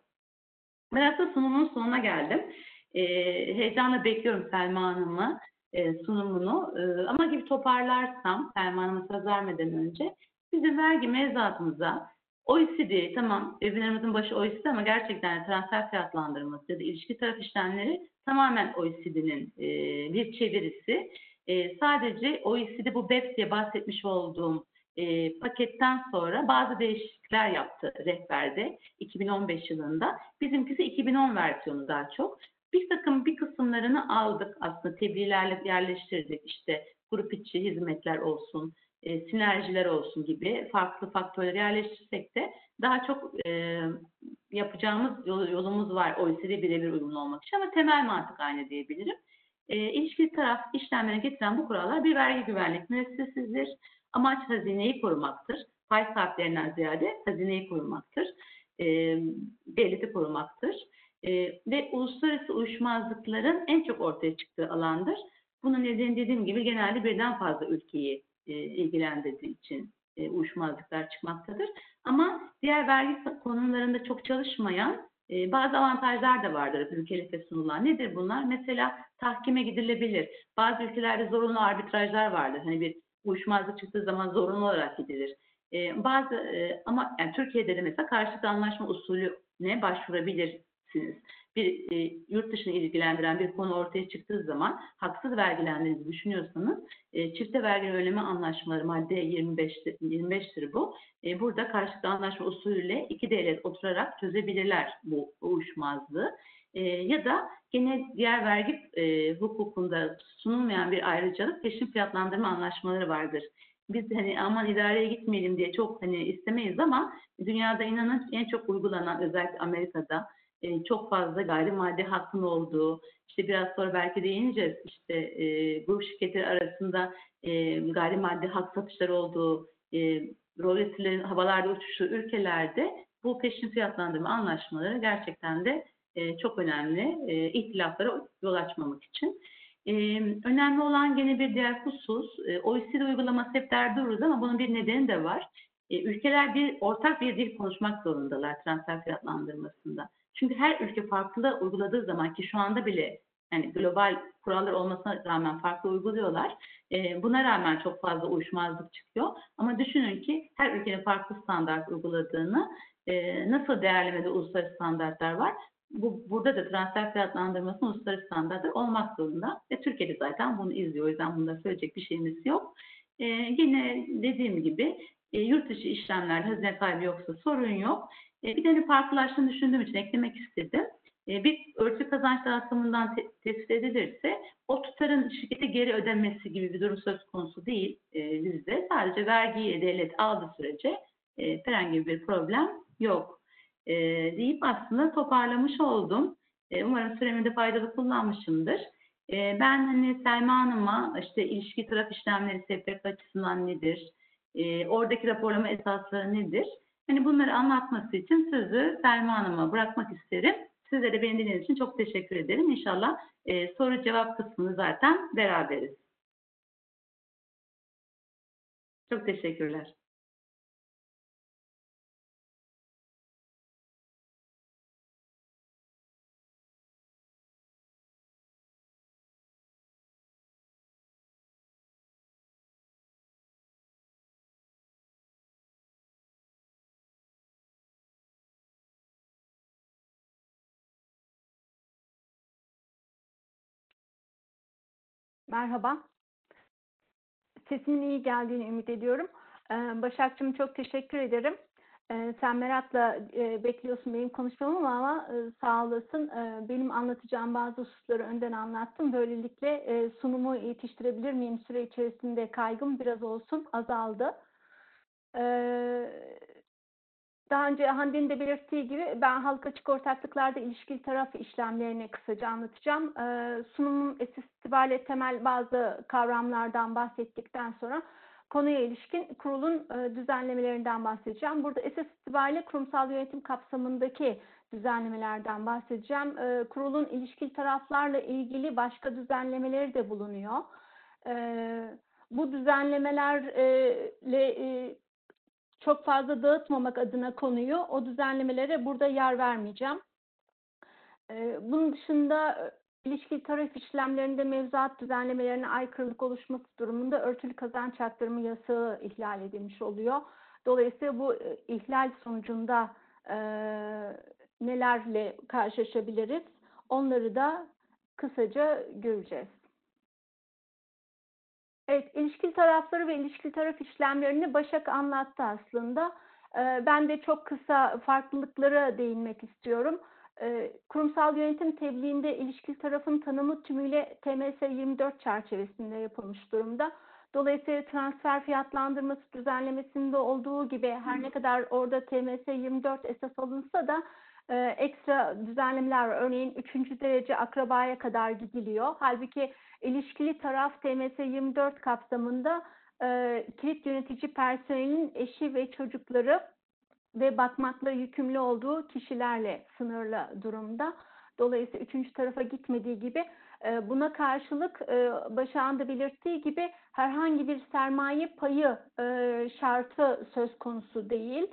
Biraz da sunumun sonuna geldim. Heyecanla bekliyorum Selma Hanım'ı, sunumunu. Ama gibi toparlarsam, Selma Hanım'a söz vermeden önce, bizim vergi mevzuatımıza OECD, tamam webinarımızın başı OECD ama gerçekten transfer fiyatlandırması ya da ilişki taraf işlemleri tamamen OECD'nin bir çevirisi. Sadece OECD bu BEPS diye bahsetmiş olduğum paketten sonra bazı değişiklikler yaptı rehberde 2015 yılında. Bizimkisi 2010 versiyonu daha çok. Bir kısımlarını aldık aslında, tebliğlerle yerleştirdik. İşte grup içi hizmetler olsun, sinerjiler olsun gibi farklı faktörleri yerleştirsek de daha çok yapacağımız yolumuz var OECD birebir uyumlu olmak için, ama temel mantık aynı diyebilirim. İlişkili taraf işlemlerine getiren bu kurallar bir vergi güvenlik müessesesidir. Amaç hazineyi korumaktır. Pay sahiplerinden ziyade hazineyi korumaktır. Devleti korumaktır. Ve uluslararası uyuşmazlıkların en çok ortaya çıktığı alandır. Bunun nedeni dediğim gibi genelde birden fazla ülkeyi ilgilendirdiği için uyuşmazlıklar çıkmaktadır. Ama diğer vergi konularında çok çalışmayan bazı avantajlar da vardır ülkelere sunulan. Nedir bunlar? Mesela tahkime gidilebilir. Bazı ülkelerde zorunlu arbitrajlar vardır. Hani bir uyuşmazlık çıktığı zaman zorunlu olarak gidilir. Ama yani Türkiye'de de mesela karşılıklı anlaşma usulüne başvurabilirsiniz. vergicisiniz. Bir yurt dışını ilgilendiren bir konu ortaya çıktığı zaman haksız vergilendiğinizi düşünüyorsanız çifte vergi önleme anlaşmaları madde 25'tir bu. Burada karşılıklı anlaşma usulüyle iki devlet oturarak çözebilirler bu uyuşmazlığı. Ya da gene diğer vergi hukukunda sunulmayan bir ayrıcalık peşin fiyatlandırma anlaşmaları vardır. Biz hani aman idareye gitmeyelim diye çok hani istemeyiz ama dünyada inanın en çok uygulanan, özellikle Amerika'da çok fazla gayrimaddi hakkın olduğu, işte biraz sonra belki değineceğiz, işte grup şirketleri arasında gayrimaddi hak satışları olduğu, royaltilerin havalarda uçuştuğu ülkelerde bu peşin fiyatlandırma anlaşmaları gerçekten de çok önemli ihtilaflara yol açmamak için. Önemli olan gene bir diğer husus, OECD uygulaması hep der dururuz ama bunun bir nedeni de var. Ülkeler ortak bir dil konuşmak zorundalar transfer fiyatlandırmasında. Çünkü her ülke farklı uyguladığı zaman, ki şu anda bile yani global kurallar olmasına rağmen farklı uyguluyorlar. Buna rağmen çok fazla uyuşmazlık çıkıyor. Ama düşünün ki her ülkenin farklı standart uyguladığını, nasıl değerlemede uluslararası standartlar var. Burada da transfer fiyatlandırması uluslararası standartlar olmak zorunda. Ve Türkiye'de zaten bunu izliyor. O yüzden bunda söyleyecek bir şeyimiz yok. Yine dediğim gibi yurt dışı işlemlerde hazine kaybı yoksa sorun yok. Bir de farklılaştığını düşündüğüm için eklemek istedim. Bir örtülü kazanç dağıtımından tespit edilirse o tutarın şirkete geri ödenmesi gibi bir durum söz konusu değil bizde. Sadece vergiyi devlet aldığı sürece herhangi bir problem yok deyip aslında toparlamış oldum. Umarım süremi de faydalı kullanmışımdır. Ben hani Selma Hanım'a işte ilişki taraf işlemleri SPK açısından nedir? Oradaki raporlama esasları nedir? Hani bunları anlatması için sözü Selma Hanım'a bırakmak isterim. Sizlere beni dinlediğiniz için çok teşekkür ederim. İnşallah soru cevap kısmını zaten beraberiz. Çok teşekkürler. Merhaba. Sesimin iyi geldiğini ümit ediyorum. Başak'cığım çok teşekkür ederim. Sen merakla bekliyorsun benim konuşmamı ama sağ olasın. Benim anlatacağım bazı hususları önden anlattım. Böylelikle sunumu yetiştirebilir miyim süre içerisinde kaygım biraz olsun azaldı. Daha önce Hande'nin de belirttiği gibi ben halka açık ortaklıklarda ilişkili taraf işlemlerini kısaca anlatacağım. Sunumun esas itibariyle temel bazı kavramlardan bahsettikten sonra konuya ilişkin kurulun düzenlemelerinden bahsedeceğim. Burada esas itibariyle kurumsal yönetim kapsamındaki düzenlemelerden bahsedeceğim. Kurulun ilişkili taraflarla ilgili başka düzenlemeleri de bulunuyor. Bu düzenlemelerle çok fazla dağıtmamak adına konuyu, o düzenlemelere burada yer vermeyeceğim. Bunun dışında ilişkili taraf işlemlerinde mevzuat düzenlemelerine aykırılık oluşması durumunda örtülü kazanç aktarımı yasağı ihlal edilmiş oluyor. Dolayısıyla bu ihlal sonucunda nelerle karşılaşabiliriz? Onları da kısaca göreceğiz. Evet, ilişkili tarafları ve ilişkili taraf işlemlerini Başak anlattı aslında. Ben de çok kısa farklılıklara değinmek istiyorum. Kurumsal yönetim tebliğinde ilişkili tarafın tanımı tümüyle TMS 24 çerçevesinde yapılmış durumda. Dolayısıyla transfer fiyatlandırması düzenlemesinde olduğu gibi her ne kadar orada TMS 24 esas alınsa da ekstra düzenlemeler var. Örneğin 3. derece akrabaya kadar gidiliyor. Halbuki ilişkili taraf TMS 24 kapsamında kilit yönetici personelin eşi ve çocukları ve bakmakla yükümlü olduğu kişilerle sınırlı durumda. Dolayısıyla 3. tarafa gitmediği gibi buna karşılık Başak'ın da belirttiği gibi herhangi bir sermaye payı şartı söz konusu değil.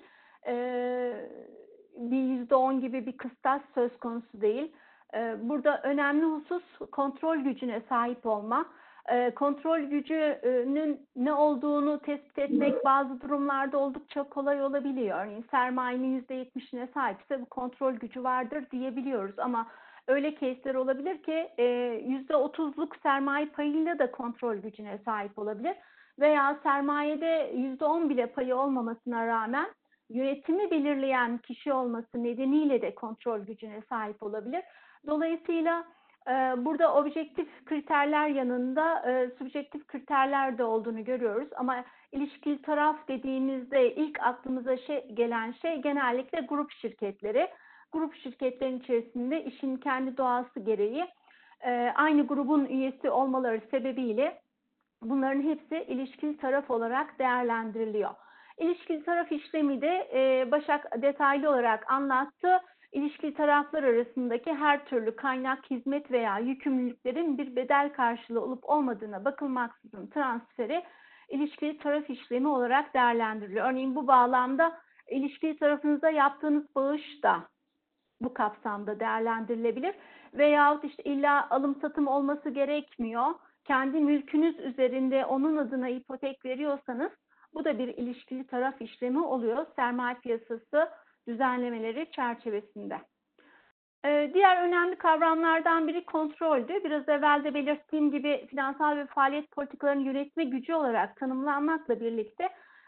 Bir %10 gibi bir kıstas söz konusu değil. Burada önemli husus kontrol gücüne sahip olma. Kontrol gücünün ne olduğunu tespit etmek bazı durumlarda oldukça kolay olabiliyor. Örneğin sermayenin %70'ine sahipse bu kontrol gücü vardır diyebiliyoruz ama öyle case'ler olabilir ki %30'luk sermaye payıyla da kontrol gücüne sahip olabilir. Veya sermayede %10 bile payı olmamasına rağmen yönetimi belirleyen kişi olması nedeniyle de kontrol gücüne sahip olabilir. Dolayısıyla burada objektif kriterler yanında subjektif kriterler de olduğunu görüyoruz. Ama ilişkili taraf dediğimizde ilk aklımıza gelen şey genellikle grup şirketleri. Grup şirketlerin içerisinde işin kendi doğası gereği aynı grubun üyesi olmaları sebebiyle bunların hepsi ilişkili taraf olarak değerlendiriliyor. İlişkili taraf işlemi de Başak detaylı olarak anlattı. İlişkili taraflar arasındaki her türlü kaynak, hizmet veya yükümlülüklerin bir bedel karşılığı olup olmadığına bakılmaksızın transferi ilişkili taraf işlemi olarak değerlendiriliyor. Örneğin bu bağlamda ilişkili tarafınıza yaptığınız bağış da bu kapsamda değerlendirilebilir. Veyahut işte illa alım satım olması gerekmiyor. Kendi mülkünüz üzerinde onun adına ipotek veriyorsanız bu da bir ilişkili taraf işlemi oluyor sermaye piyasası düzenlemeleri çerçevesinde. Diğer önemli kavramlardan biri kontroldü. Biraz evvel de belirttiğim gibi finansal ve faaliyet politikalarını yönetme gücü olarak tanımlanmakla birlikte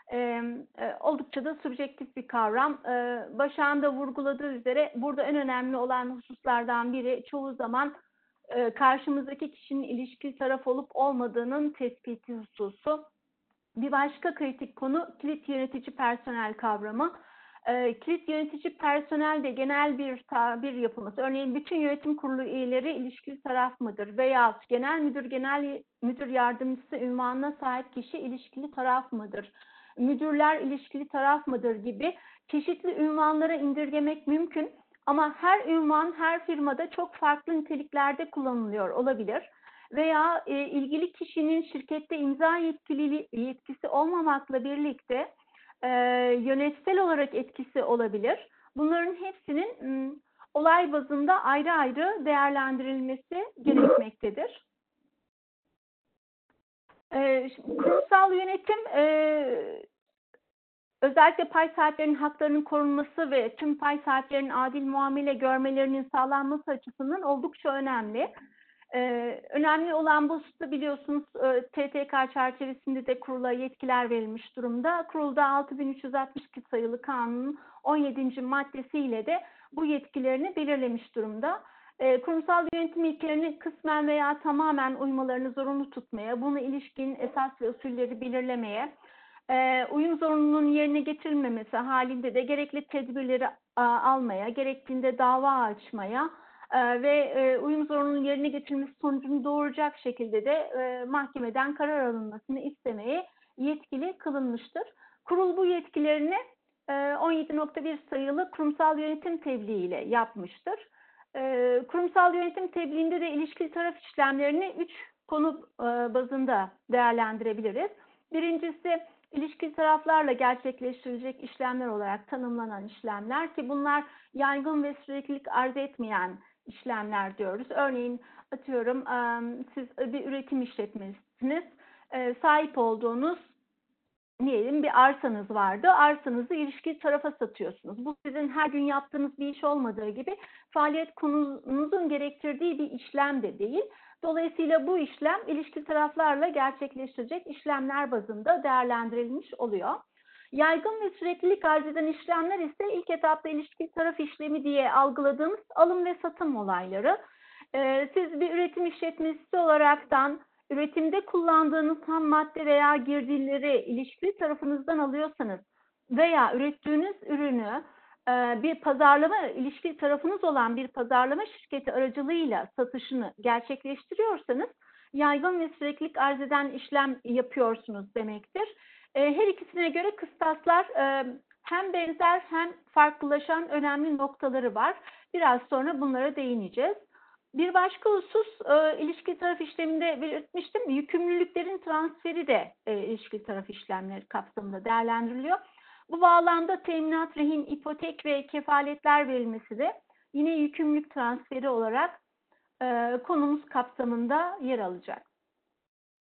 oldukça da subjektif bir kavram. Başak'ın da vurguladığı üzere burada en önemli olan hususlardan biri çoğu zaman karşımızdaki kişinin ilişkili taraf olup olmadığının tespiti hususu. Bir başka kritik konu kilit yönetici personel kavramı. Kilit yönetici personel de genel bir tabir yapılması. Örneğin bütün yönetim kurulu üyeleri ilişkili taraf mıdır? Veya genel müdür yardımcısı unvanına sahip kişi ilişkili taraf mıdır? Müdürler ilişkili taraf mıdır gibi çeşitli unvanlara indirgemek mümkün. Ama her unvan her firmada çok farklı niteliklerde kullanılıyor olabilir. Veya ilgili kişinin şirkette imza yetkisi olmamakla birlikte yönetsel olarak etkisi olabilir. Bunların hepsinin olay bazında ayrı ayrı değerlendirilmesi gerekmektedir. Kurumsal yönetim özellikle pay sahiplerinin haklarının korunması ve tüm pay sahiplerinin adil muamele görmelerinin sağlanması açısından oldukça önemli. Önemli olan bu hususta biliyorsunuz TTK çerçevesinde de kurula yetkiler verilmiş durumda. Kurulda 6362 sayılı kanunun 17. maddesiyle de bu yetkilerini belirlemiş durumda. Kurumsal yönetim ilkelerine kısmen veya tamamen uymalarını zorunlu tutmaya, buna ilişkin esas ve usulleri belirlemeye, uyum zorunluluğunun yerine getirilmemesi halinde de gerekli tedbirleri almaya, gerektiğinde dava açmaya ve uyum zorunluluğunun yerine getirilmesi sonucunu doğuracak şekilde de mahkemeden karar alınmasını istemeye yetkili kılınmıştır. Kurul bu yetkilerini 17.1 sayılı kurumsal yönetim tebliği ile yapmıştır. Kurumsal yönetim tebliğinde de ilişkili taraf işlemlerini 3 konu bazında değerlendirebiliriz. Birincisi ilişkili taraflarla gerçekleştirilecek işlemler olarak tanımlanan işlemler ki bunlar yaygın ve süreklilik arz etmeyen işlemler diyoruz. Örneğin atıyorum siz bir üretim işletmesiniz, sahip olduğunuz diyelim bir arsanız vardı. Arsanızı ilişkili tarafa satıyorsunuz. Bu sizin her gün yaptığınız bir iş olmadığı gibi faaliyet konunuzun gerektirdiği bir işlem de değil. Dolayısıyla bu işlem ilişkili taraflarla gerçekleştirecek işlemler bazında değerlendirilmiş oluyor. Yaygın ve süreklilik arz eden işlemler ise ilk etapta ilişkili taraf işlemi diye algıladığımız alım ve satım olayları. Siz bir üretim işletmesi olaraktan üretimde kullandığınız ham madde veya girdileri ilişkili tarafınızdan alıyorsanız veya ürettiğiniz ürünü bir pazarlama ilişkili tarafınız olan bir pazarlama şirketi aracılığıyla satışını gerçekleştiriyorsanız yaygın ve süreklilik arz eden işlem yapıyorsunuz demektir. Her ikisine göre kıstaslar hem benzer hem farklılaşan önemli noktaları var. Biraz sonra bunlara değineceğiz. Bir başka husus ilişkili taraf işleminde belirtmiştim. Yükümlülüklerin transferi de ilişkili taraf işlemleri kapsamında değerlendiriliyor. Bu bağlamda teminat, rehin, ipotek ve kefaletler verilmesi de yine yükümlülük transferi olarak konumuz kapsamında yer alacak.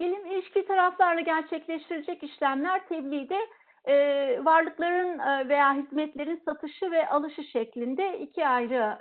Gelim ilişki taraflarla gerçekleştirilecek işlemler tebliğde varlıkların veya hizmetlerin satışı ve alışı şeklinde iki ayrı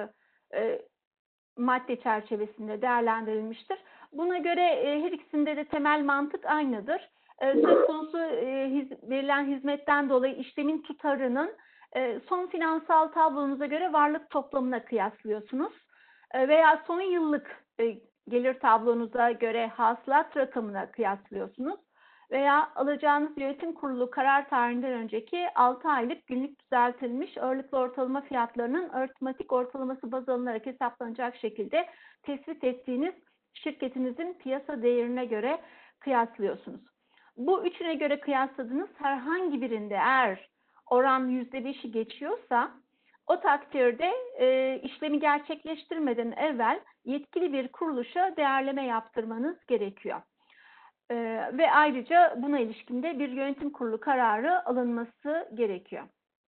madde çerçevesinde değerlendirilmiştir. Buna göre her ikisinde de temel mantık aynıdır. Söz konusu verilen hizmetten dolayı işlemin tutarının son finansal tablonuza göre varlık toplamına kıyaslıyorsunuz. Veya son yıllık gelir tablonuza göre hasılat rakamına kıyaslıyorsunuz. Veya alacağınız yönetim kurulu karar tarihinden önceki 6 aylık günlük düzeltilmiş ağırlıklı ortalama fiyatlarının aritmetik ortalaması baz alınarak hesaplanacak şekilde tespit ettiğiniz şirketinizin piyasa değerine göre kıyaslıyorsunuz. Bu üçüne göre kıyasladığınız herhangi birinde eğer oran %5'i geçiyorsa o takdirde işlemi gerçekleştirmeden evvel yetkili bir kuruluşa değerleme yaptırmanız gerekiyor. Ve ayrıca buna ilişkin de bir yönetim kurulu kararı alınması gerekiyor.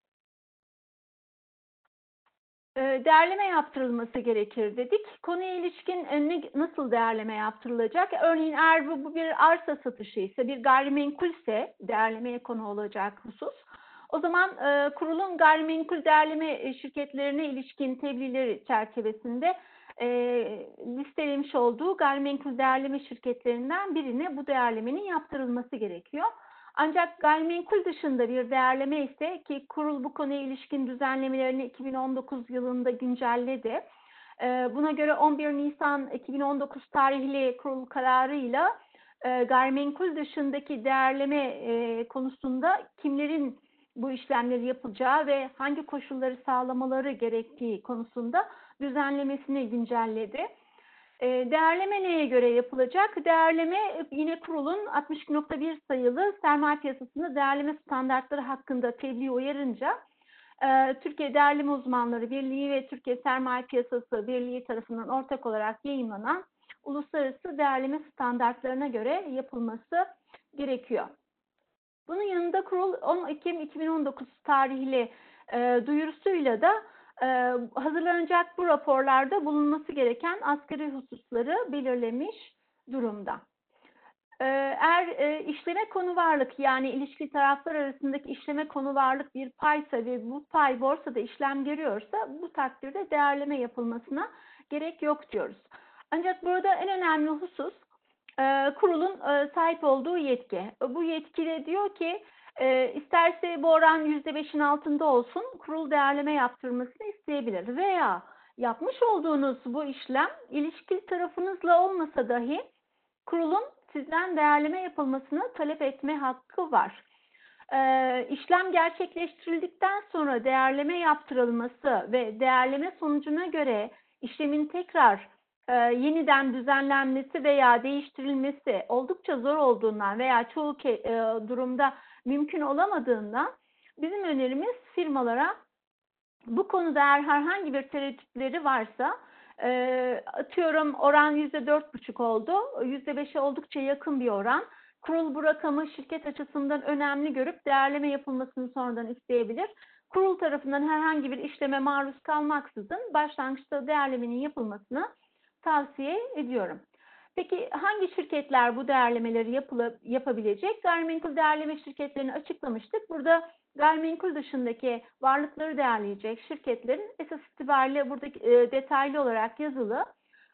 Değerleme yaptırılması gerekir dedik. Konuya ilişkin nasıl değerleme yaptırılacak? Örneğin eğer bu bir arsa satışı ise, bir gayrimenkulse değerlemeye konu olacak husus. O zaman kurulun gayrimenkul değerleme şirketlerine ilişkin tebliğleri çerçevesinde listelemiş olduğu gayrimenkul değerleme şirketlerinden birine bu değerlemenin yaptırılması gerekiyor. Ancak gayrimenkul dışında bir değerleme ise, ki kurul bu konuya ilişkin düzenlemelerini 2019 yılında güncelledi. Buna göre 11 Nisan 2019 tarihli kurul kararıyla gayrimenkul dışındaki değerleme konusunda kimlerin bu işlemleri yapacağı ve hangi koşulları sağlamaları gerektiği konusunda düzenlemesini güncelledi. Değerleme neye göre yapılacak? Değerleme yine kurulun 62.1 sayılı sermaye piyasasında değerleme standartları hakkında tebliğ uyarınca Türkiye Değerleme Uzmanları Birliği ve Türkiye Sermaye Piyasası Birliği tarafından ortak olarak yayınlanan uluslararası değerleme standartlarına göre yapılması gerekiyor. Bunun yanında kurul 10 Ekim 2019 tarihli duyurusuyla da hazırlanacak bu raporlarda bulunması gereken asgari hususları belirlemiş durumda. Eğer işleme konu varlık, yani ilişkili taraflar arasındaki işleme konu varlık bir paysa ve bu pay borsada işlem görüyorsa bu takdirde değerleme yapılmasına gerek yok diyoruz. Ancak burada en önemli husus kurulun sahip olduğu yetki. Bu yetkide diyor ki isterse bu oran %5'in altında olsun, kurul değerleme yaptırmasını isteyebilir. Veya yapmış olduğunuz bu işlem ilişkili tarafınızla olmasa dahi kurulun sizden değerleme yapılmasını talep etme hakkı var. İşlem gerçekleştirildikten sonra değerleme yaptırılması ve değerleme sonucuna göre işlemin tekrar yeniden düzenlenmesi veya değiştirilmesi oldukça zor olduğundan veya çoğu durumda mümkün olamadığından bizim önerimiz firmalara bu konuda eğer herhangi bir tereddütleri varsa, atıyorum oran %4,5 oldu, %5'e oldukça yakın bir oran. Kurul bu rakamı şirket açısından önemli görüp değerleme yapılmasını sonradan isteyebilir. Kurul tarafından herhangi bir işleme maruz kalmaksızın başlangıçta değerlemenin yapılmasını tavsiye ediyorum. Peki hangi şirketler bu değerlemeleri yapabilecek? Gayrimenkul değerleme şirketlerini açıklamıştık. Burada gayrimenkul dışındaki varlıkları değerleyecek şirketlerin esas itibariyle burada detaylı olarak yazılı.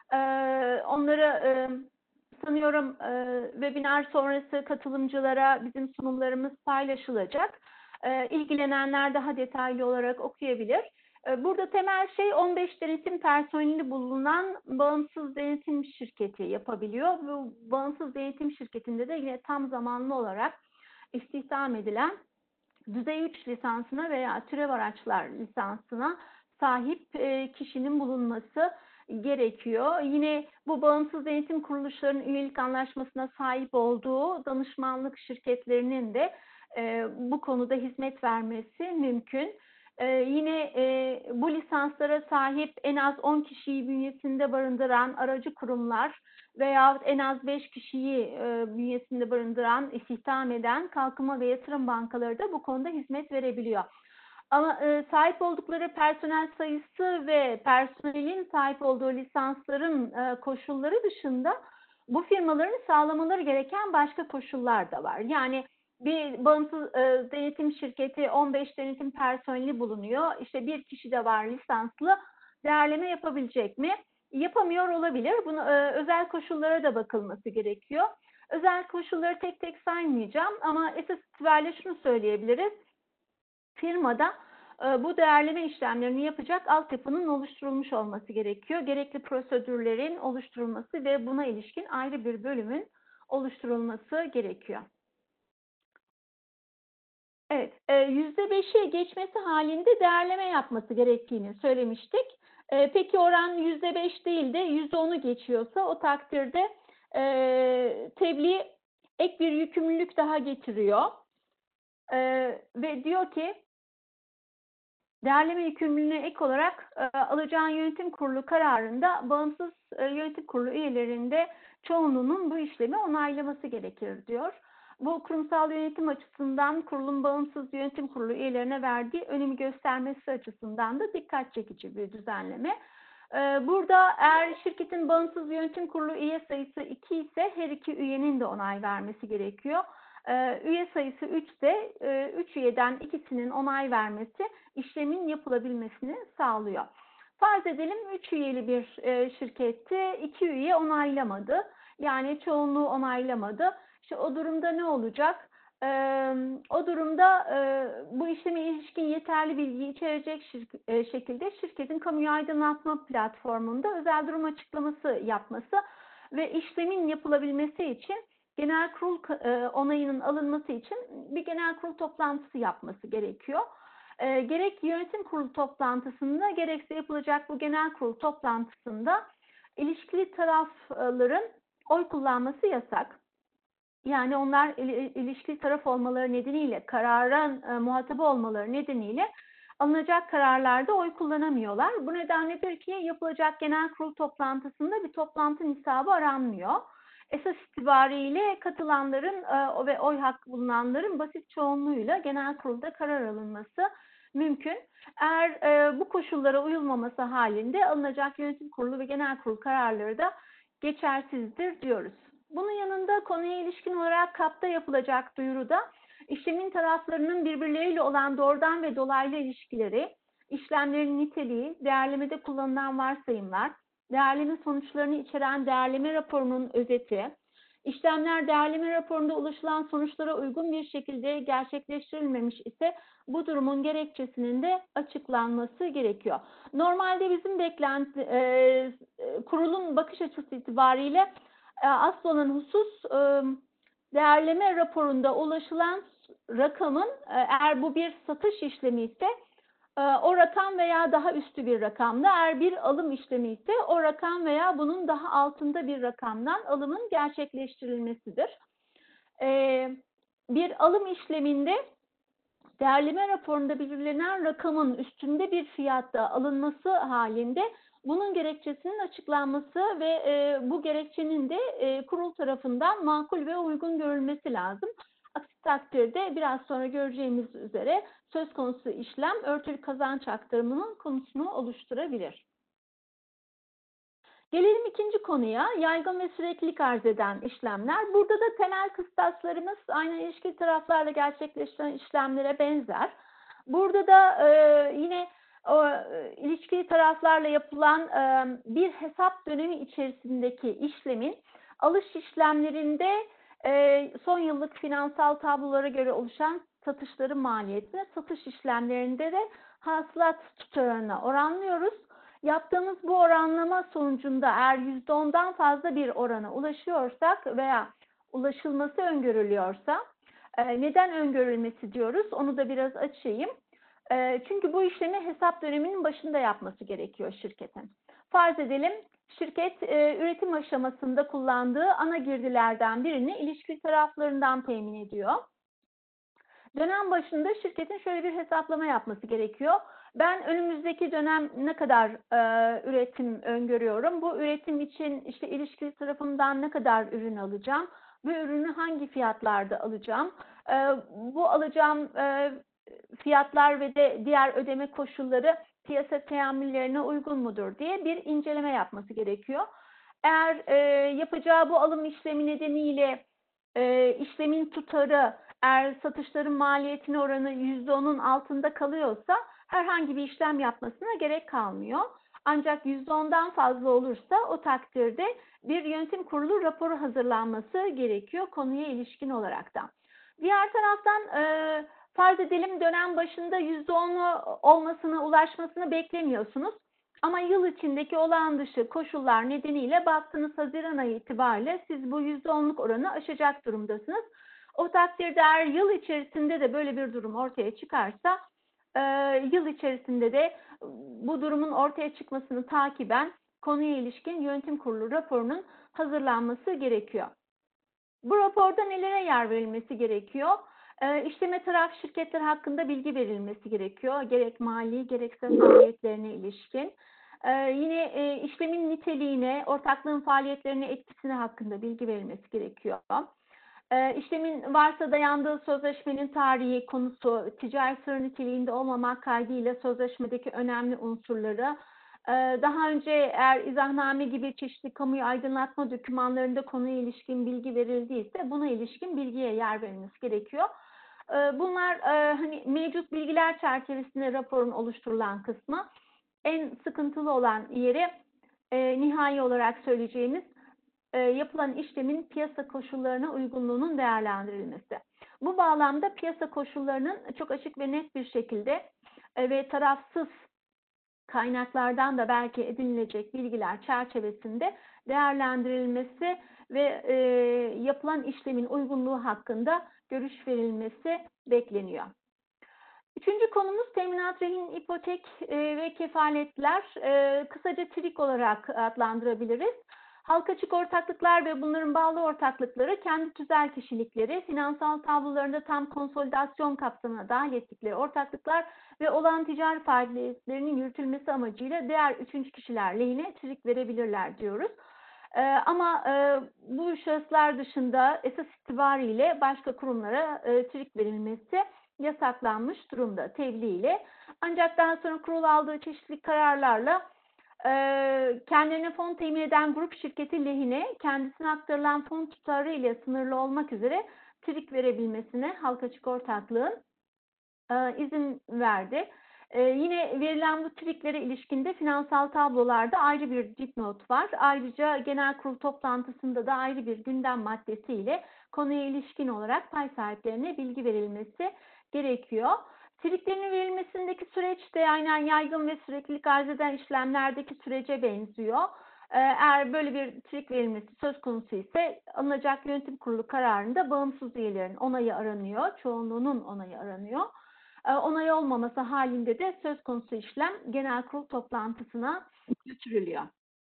Onları sanıyorum webinar sonrası katılımcılara bizim sunumlarımız paylaşılacak. İlgilenenler daha detaylı olarak okuyabilir. Burada temel şey 15 denetim personeli bulunan bağımsız denetim şirketi yapabiliyor. Bu bağımsız denetim şirketinde de yine tam zamanlı olarak istihdam edilen düzey 3 lisansına veya türev araçlar lisansına sahip kişinin bulunması gerekiyor. Yine bu bağımsız denetim kuruluşlarının üyelik anlaşmasına sahip olduğu danışmanlık şirketlerinin de bu konuda hizmet vermesi mümkün. Yine bu lisanslara sahip en az 10 kişiyi bünyesinde barındıran aracı kurumlar veya en az 5 kişiyi bünyesinde barındıran, istihdam eden kalkınma ve yatırım bankaları da bu konuda hizmet verebiliyor. Ama sahip oldukları personel sayısı ve personelin sahip olduğu lisansların koşulları dışında bu firmaların sağlamaları gereken başka koşullar da var. Yani bir bağımsız denetim şirketi 15 denetim personeli bulunuyor. İşte bir kişi de var lisanslı. Değerleme yapabilecek mi? Yapamıyor olabilir. Bunu özel koşullara da bakılması gerekiyor. Özel koşulları tek tek saymayacağım ama esas itibariyle şunu söyleyebiliriz. Firmada bu değerleme işlemlerini yapacak altyapının oluşturulmuş olması gerekiyor. Gerekli prosedürlerin oluşturulması ve buna ilişkin ayrı bir bölümün oluşturulması gerekiyor. Evet, %5'i geçmesi halinde değerleme yapması gerektiğini söylemiştik. Peki oran %5 değil de %10'u geçiyorsa o takdirde tebliğ ek bir yükümlülük daha getiriyor. Ve diyor ki değerleme yükümlülüğüne ek olarak alacağın yönetim kurulu kararında bağımsız yönetim kurulu üyelerinde çoğunluğunun bu işlemi onaylaması gerekir diyor. Bu kurumsal yönetim açısından kurulun bağımsız yönetim kurulu üyelerine verdiği önemi göstermesi açısından da dikkat çekici bir düzenleme. Burada eğer şirketin bağımsız yönetim kurulu üye sayısı 2 ise her iki üyenin de onay vermesi gerekiyor. Üye sayısı 3 ise 3 üyeden ikisinin onay vermesi işlemin yapılabilmesini sağlıyor. Farz edelim 3 üyeli bir şirkette 2 üye onaylamadı. Yani çoğunluğu onaylamadı. İşte o durumda ne olacak? O durumda bu işleme ilişkin yeterli bilgi içerecek şekilde şirketin kamuya aydınlatma platformunda özel durum açıklaması yapması ve işlemin yapılabilmesi için genel kurul onayının alınması için bir genel kurul toplantısı yapması gerekiyor. Gerek yönetim kurulu toplantısında gerekse yapılacak bu genel kurul toplantısında ilişkili tarafların oy kullanması yasak. Yani onlar ilişkili taraf olmaları nedeniyle, kararın muhatabı olmaları nedeniyle alınacak kararlarda oy kullanamıyorlar. Bu nedenledir ki yapılacak genel kurul toplantısında bir toplantı nisabı aranmıyor. Esas itibariyle katılanların ve oy hakkı bulunanların basit çoğunluğuyla genel kurulda karar alınması mümkün. Eğer bu koşullara uyulmaması halinde alınacak yönetim kurulu ve genel kurul kararları da geçersizdir diyoruz. Bunun yanında konuya ilişkin olarak KAP'ta yapılacak duyuruda işlemin taraflarının birbirleriyle olan doğrudan ve dolaylı ilişkileri, işlemlerin niteliği, değerlemede kullanılan varsayımlar, değerleme sonuçlarını içeren değerleme raporunun özeti, işlemler değerleme raporunda ulaşılan sonuçlara uygun bir şekilde gerçekleştirilmemiş ise bu durumun gerekçesinin de açıklanması gerekiyor. Normalde bizim kurulun bakış açısı itibariyle asıl olan husus değerleme raporunda ulaşılan rakamın eğer bu bir satış işlemi ise o rakam veya daha üstü bir rakamda, eğer bir alım işlemi ise o rakam veya bunun daha altında bir rakamdan alımın gerçekleştirilmesidir. Bir alım işleminde değerleme raporunda belirlenen rakamın üstünde bir fiyatta alınması halinde bunun gerekçesinin açıklanması ve bu gerekçenin de kurul tarafından makul ve uygun görülmesi lazım. Aksi takdirde biraz sonra göreceğimiz üzere söz konusu işlem örtülü kazanç aktarımının konusunu oluşturabilir. Gelelim ikinci konuya, yaygın ve süreklilik arz eden işlemler. Burada da temel kıstaslarımız aynı ilişkili taraflarla gerçekleştirilen işlemlere benzer. Burada da yine ilişkili taraflarla yapılan bir hesap dönemi içerisindeki işlemin alış işlemlerinde son yıllık finansal tablolara göre oluşan satışların maliyetine, satış işlemlerinde de hasılat tutarına oranlıyoruz. Yaptığımız bu oranlama sonucunda eğer %10'dan fazla bir orana ulaşıyorsak veya ulaşılması öngörülüyorsa, neden öngörülmesi diyoruz onu da biraz açayım. Çünkü bu işlemi hesap döneminin başında yapması gerekiyor şirketin. Farz edelim şirket üretim aşamasında kullandığı ana girdilerden birini ilişkili taraflarından temin ediyor. Dönem başında şirketin şöyle bir hesaplama yapması gerekiyor. Ben önümüzdeki dönem ne kadar üretim öngörüyorum? Bu üretim için işte ilişkili tarafından ne kadar ürün alacağım? Bu ürünü hangi fiyatlarda alacağım? Bu alacağım fiyatlar ve de diğer ödeme koşulları piyasa teamüllerine uygun mudur diye bir inceleme yapması gerekiyor. Eğer yapacağı bu alım işlemi nedeniyle işlemin tutarı eğer satışların maliyetine oranı %10'un altında kalıyorsa herhangi bir işlem yapmasına gerek kalmıyor. Ancak %10'dan fazla olursa o takdirde bir yönetim kurulu raporu hazırlanması gerekiyor konuya ilişkin olaraktan. Diğer taraftan farz edelim dönem başında %10'u olmasına ulaşmasını beklemiyorsunuz. Ama yıl içindeki olağan dışı koşullar nedeniyle baktığınız Haziran ayı itibariyle siz bu %10'luk oranı aşacak durumdasınız. O takdirde eğer yıl içerisinde de böyle bir durum ortaya çıkarsa yıl içerisinde de bu durumun ortaya çıkmasını takiben konuya ilişkin yönetim kurulu raporunun hazırlanması gerekiyor. Bu raporda nelere yer verilmesi gerekiyor? İşleme taraf şirketler hakkında bilgi verilmesi gerekiyor. Gerek mali gerekse faaliyetlerine ilişkin. Yine işlemin niteliğine, ortaklığın faaliyetlerine etkisine hakkında bilgi verilmesi gerekiyor. İşlemin varsa dayandığı sözleşmenin tarihi, konusu, ticari sır niteliğinde olmamak kaydıyla sözleşmedeki önemli unsurları, daha önce eğer izahname gibi çeşitli kamuyu aydınlatma dokümanlarında konuya ilişkin bilgi verildiyse buna ilişkin bilgiye yer verilmesi gerekiyor. Bunlar hani mevcut bilgiler çerçevesinde raporun oluşturulan kısmı. En sıkıntılı olan yeri nihai olarak söyleyeceğimiz yapılan işlemin piyasa koşullarına uygunluğunun değerlendirilmesi. Bu bağlamda piyasa koşullarının çok açık ve net bir şekilde ve tarafsız kaynaklardan da belki edinilecek bilgiler çerçevesinde değerlendirilmesi ve yapılan işlemin uygunluğu hakkında görüş verilmesi bekleniyor. Üçüncü konumuz teminat, rehin, ipotek ve kefaletler. Kısaca TRİK olarak adlandırabiliriz. Halka açık ortaklıklar ve bunların bağlı ortaklıkları kendi tüzel kişilikleri, finansal tablolarında tam konsolidasyon kapsamına dahil ettikleri ortaklıklar ve olan ticari faaliyetlerinin yürütülmesi amacıyla diğer üçüncü kişiler lehine TRİK verebilirler diyoruz. Ama bu şahıslar dışında esas itibariyle başka kurumlara TRİK verilmesi yasaklanmış durumda tebliğ ile. Ancak daha sonra kurul aldığı çeşitli kararlarla kendilerine fon temin eden grup şirketi lehine kendisine aktarılan fon tutarı ile sınırlı olmak üzere TRİK verebilmesine halka açık ortaklığın izin verdi. Yine verilen bu TRİK'lere ilişkinde finansal tablolarda ayrı bir dipnot var. Ayrıca genel kurul toplantısında da ayrı bir gündem maddesiyle konuya ilişkin olarak pay sahiplerine bilgi verilmesi gerekiyor. TRİK'lerin verilmesindeki süreç de aynen yaygın ve süreklilik arz eden işlemlerdeki sürece benziyor. Eğer böyle bir TRİK verilmesi söz konusu ise alınacak yönetim kurulu kararında bağımsız üyelerin onayı aranıyor, çoğunluğunun onayı aranıyor. Onay olmaması halinde de söz konusu işlem genel kurul toplantısına götürülüyor.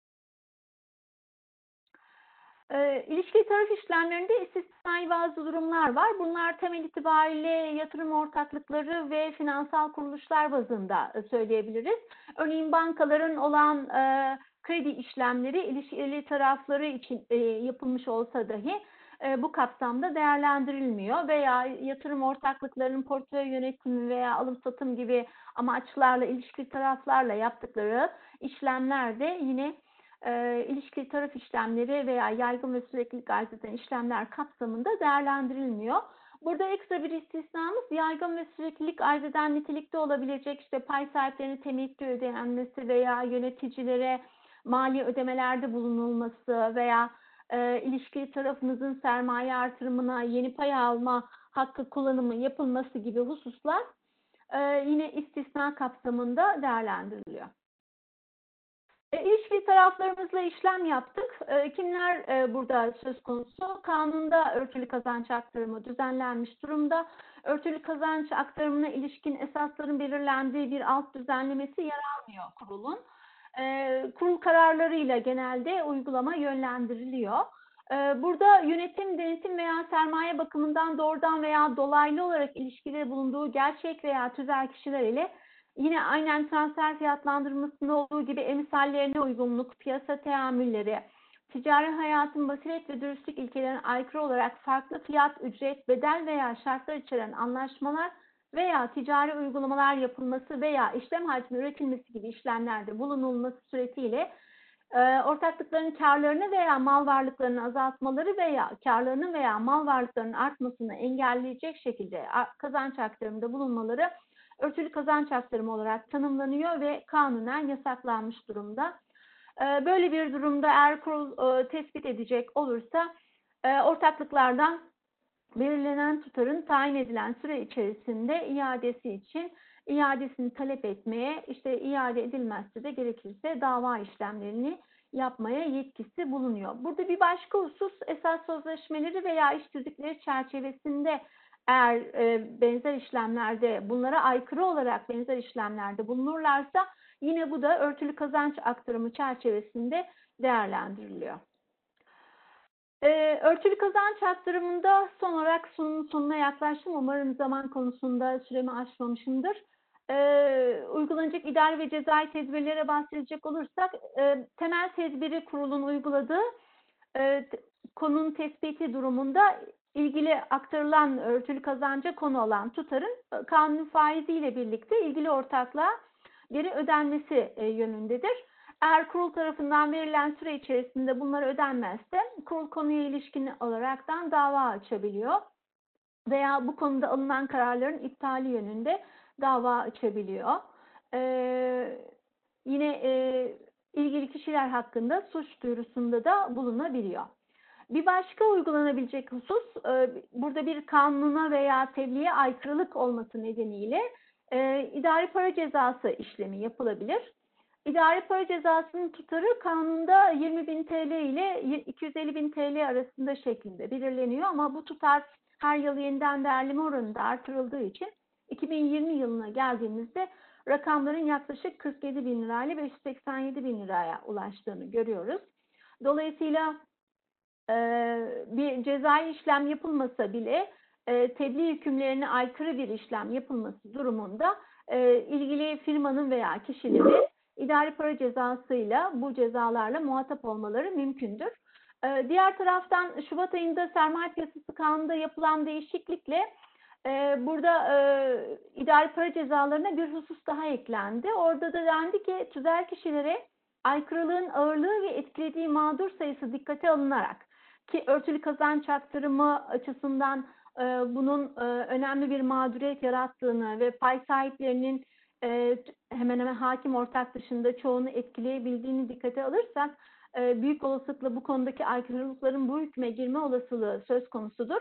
İlişkili taraf işlemlerinde istisnai bazı durumlar var. Bunlar temel itibariyle yatırım ortaklıkları ve finansal kuruluşlar bazında söyleyebiliriz. Örneğin bankaların olan kredi işlemleri ilişkili tarafları için yapılmış olsa dahi bu kapsamda değerlendirilmiyor veya yatırım ortaklıklarının portföy yönetimi veya alım satım gibi amaçlarla ilişkili taraflarla yaptıkları işlemlerde yine ilişkili taraf işlemleri veya yaygın ve süreklilik arz eden işlemler kapsamında değerlendirilmiyor. Burada ekstra bir istisnamız yaygın ve süreklilik arz eden nitelikte olabilecek işte pay sahiplerine temettü ödenmesi veya yöneticilere mali ödemelerde bulunulması veya ilişkili tarafınızın sermaye artırımına yeni pay alma hakkı kullanımı yapılması gibi hususlar yine istisna kapsamında değerlendiriliyor. İlişkili taraflarımızla işlem yaptık. Kimler burada söz konusu? Kanunda örtülü kazanç aktarımı düzenlenmiş durumda. Örtülü kazanç aktarımına ilişkin esasların belirlendiği bir alt düzenlemesi yer almıyor kurulun. Kurul kararlarıyla genelde uygulama yönlendiriliyor. Burada yönetim, denetim veya sermaye bakımından doğrudan veya dolaylı olarak ilişkide bulunduğu gerçek veya tüzel kişiler ile yine aynen transfer fiyatlandırmasında olduğu gibi emsallerine uygunluk, piyasa teamülleri, ticari hayatın basiret ve dürüstlük ilkelerine aykırı olarak farklı fiyat, ücret, bedel veya şartlar içeren anlaşmalar veya ticari uygulamalar yapılması veya işlem hacmi üretilmesi gibi işlemlerde bulunulması suretiyle ortaklıkların karlarını veya mal varlıklarını azaltmaları veya karlarının veya mal varlıklarının artmasını engelleyecek şekilde kazanç aktarımında bulunmaları örtülü kazanç aktarımı olarak tanımlanıyor ve kanunen yasaklanmış durumda. Böyle bir durumda eğer kurul tespit edecek olursa ortaklıklardan belirlenen tutarın tayin edilen süre içerisinde iadesi için iadesini talep etmeye, işte iade edilmezse de gerekirse dava işlemlerini yapmaya yetkisi bulunuyor. Burada bir başka husus, esas sözleşmeleri veya iş tüzükleri çerçevesinde eğer benzer işlemlerde, bunlara aykırı olarak benzer işlemlerde bulunurlarsa yine bu da örtülü kazanç aktarımı çerçevesinde değerlendiriliyor. Örtülü kazanç aktarımında son olarak sunumun sonuna yaklaştım. Umarım zaman konusunda süremi aşmamışımdır. Uygulanacak idari ve cezai tedbirlere bahsedecek olursak, temel tedbiri kurulun uyguladığı konunun tespiti durumunda ilgili aktarılan örtülü kazanca konu olan tutarın kanuni faiziyle birlikte ilgili ortaklığa geri ödenmesi yönündedir. Eğer kurul tarafından verilen süre içerisinde bunlar ödenmezse kurul konuya ilişkin olaraktan dava açabiliyor veya bu konuda alınan kararların iptali yönünde dava açabiliyor. Yine ilgili kişiler hakkında suç duyurusunda da bulunabiliyor. Bir başka uygulanabilecek husus, burada bir kanuna veya tebliğe aykırılık olması nedeniyle idari para cezası işlemi yapılabilir. İdari para cezasının tutarı kanunda 20.000 TL ile 250.000 TL arasında şeklinde belirleniyor ama bu tutar her yıl yeniden değerleme oranında artırıldığı için 2020 yılına geldiğimizde rakamların yaklaşık 47.000 lira ile 587.000 liraya ulaştığını görüyoruz. Dolayısıyla bir cezai işlem yapılmasa bile tebliğ hükümlerine aykırı bir işlem yapılması durumunda ilgili firmanın veya kişilerin idari para cezasıyla bu cezalarla muhatap olmaları mümkündür. Diğer taraftan Şubat ayında Sermaye Piyasası Kanunu'nda yapılan değişiklikle burada idari para cezalarına bir husus daha eklendi. Orada da dendi ki tüzel kişilere aykırılığın ağırlığı ve etkilediği mağdur sayısı dikkate alınarak ki örtülü kazanç aktarımı açısından bunun önemli bir mağduriyet yarattığını ve pay sahiplerinin hemen hemen hakim ortak dışında çoğunu etkileyebildiğini dikkate alırsak büyük olasılıkla bu konudaki aykırılıkların bu hükme girme olasılığı söz konusudur.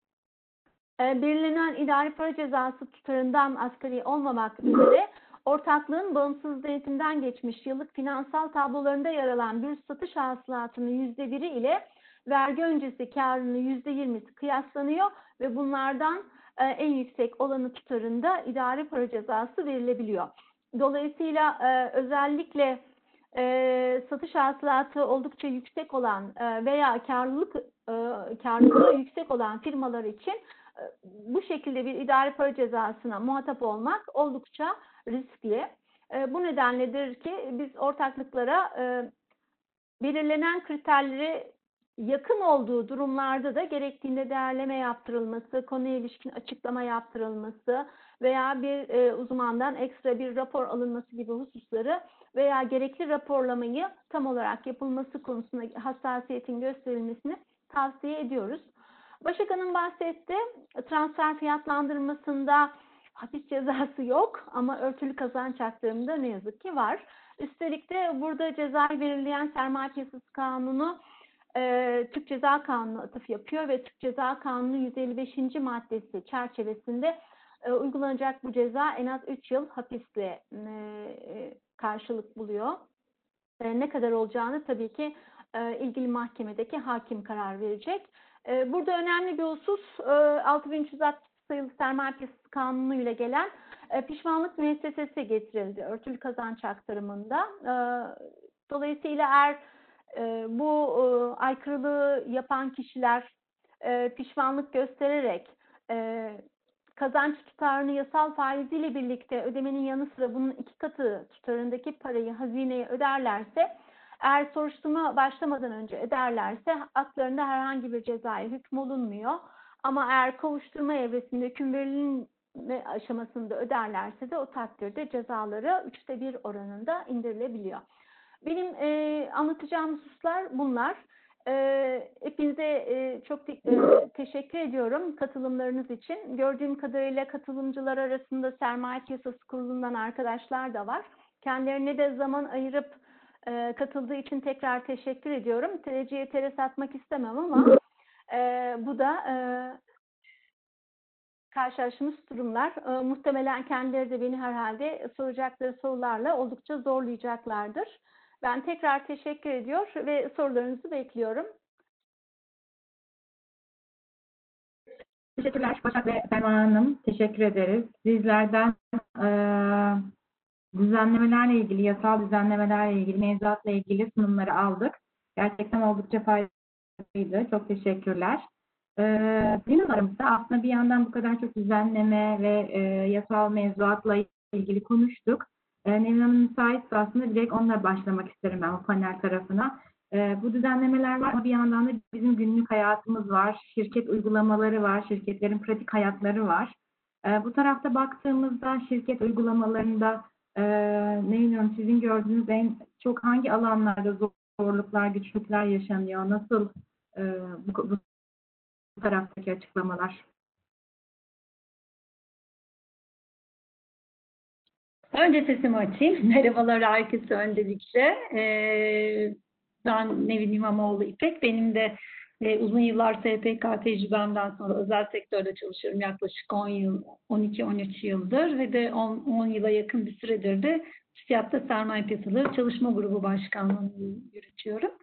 Belirlenen idari para cezası tutarından asgari olmamak üzere ortaklığın bağımsız denetimden geçmiş yıllık finansal tablolarında yer alan bir satış hasılatının %1'i ile vergi öncesi karının %20'si kıyaslanıyor ve bunlardan en yüksek olanı tutarında idari para cezası verilebiliyor. Dolayısıyla özellikle satış hasılatı oldukça yüksek olan veya karlılığı yüksek olan firmalar için bu şekilde bir idari para cezasına muhatap olmak oldukça riskli. Bu nedenledir ki biz ortaklıklara belirlenen kriterleri yakın olduğu durumlarda da gerektiğinde değerleme yaptırılması, konuya ilişkin açıklama yaptırılması veya bir uzmandan ekstra bir rapor alınması gibi hususları veya gerekli raporlamayı tam olarak yapılması konusunda hassasiyetin gösterilmesini tavsiye ediyoruz. Başak Hanım bahsetti. Transfer fiyatlandırmasında hapis cezası yok ama örtülü kazanç aktarımında ne yazık ki var. Üstelik de burada ceza belirleyen Sermaye Piyasası Kanunu Türk Ceza Kanunu atıf yapıyor ve Türk Ceza Kanunu 155. maddesi çerçevesinde uygulanacak bu ceza en az 3 yıl hapisle karşılık buluyor. Ne kadar olacağını tabii ki ilgili mahkemedeki hakim karar verecek. Burada önemli bir husus 6360 sayılı Sermaye Piyasası Kanunu ile gelen pişmanlık müessesesi getirildi örtülü kazanç aktarımında. Dolayısıyla eğer bu aykırılığı yapan kişiler pişmanlık göstererek kazanç tutarını yasal faiziyle birlikte ödemenin yanı sıra bunun 2 katı tutarındaki parayı hazineye öderlerse, eğer soruşturma başlamadan önce öderlerse haklarında herhangi bir cezai hüküm olunmuyor. Ama eğer kovuşturma evresinde hüküm verilme aşamasında öderlerse de o takdirde cezaları 1/3 oranında indirilebiliyor. Benim anlatacağım hususlar bunlar. Hepinize çok teşekkür ediyorum katılımlarınız için. Gördüğüm kadarıyla katılımcılar arasında Sermaye Piyasası Kurulu'ndan arkadaşlar da var. Kendilerine de zaman ayırıp katıldığı için tekrar teşekkür ediyorum. Tereciye tere satmak istemem ama bu da karşılaştığımız durumlar. Muhtemelen kendileri de beni herhalde soracakları sorularla oldukça zorlayacaklardır. Ben tekrar teşekkür ediyor ve sorularınızı bekliyorum. Teşekkürler Başak ve Selma Hanım. Teşekkür ederiz. Sizlerden düzenlemelerle ilgili, yasal düzenlemelerle ilgili, mevzuatla ilgili sunumları aldık. Gerçekten oldukça faydalıydı. Çok teşekkürler. Bizim aramızda aslında bir yandan bu kadar çok düzenleme ve yasal mevzuatla ilgili konuştuk. Nevin Hanım müsaitse aslında direkt onunla başlamak isterim ben o panel tarafına. Bu düzenlemeler var ama bir yandan da bizim günlük hayatımız var. Şirket uygulamaları var, şirketlerin pratik hayatları var. Bu tarafta baktığımızda şirket uygulamalarında Nevin Hanım sizin gördüğünüz en çok hangi alanlarda zorluklar, güçlükler yaşanıyor? Nasıl bu taraftaki açıklamalar? Önce sesimi açayım. Merhabalar herkese öncelikle. Ben Nevin İmamoğlu İpek. Benim de uzun yıllar SPK tecrübemden sonra özel sektörde çalışıyorum. Yaklaşık 10 yıl, 12-13 yıldır ve de 10 yıla yakın bir süredir de TÜSİAD'da Sermaye Piyasaları Çalışma Grubu Başkanlığı'nı yürütüyorum.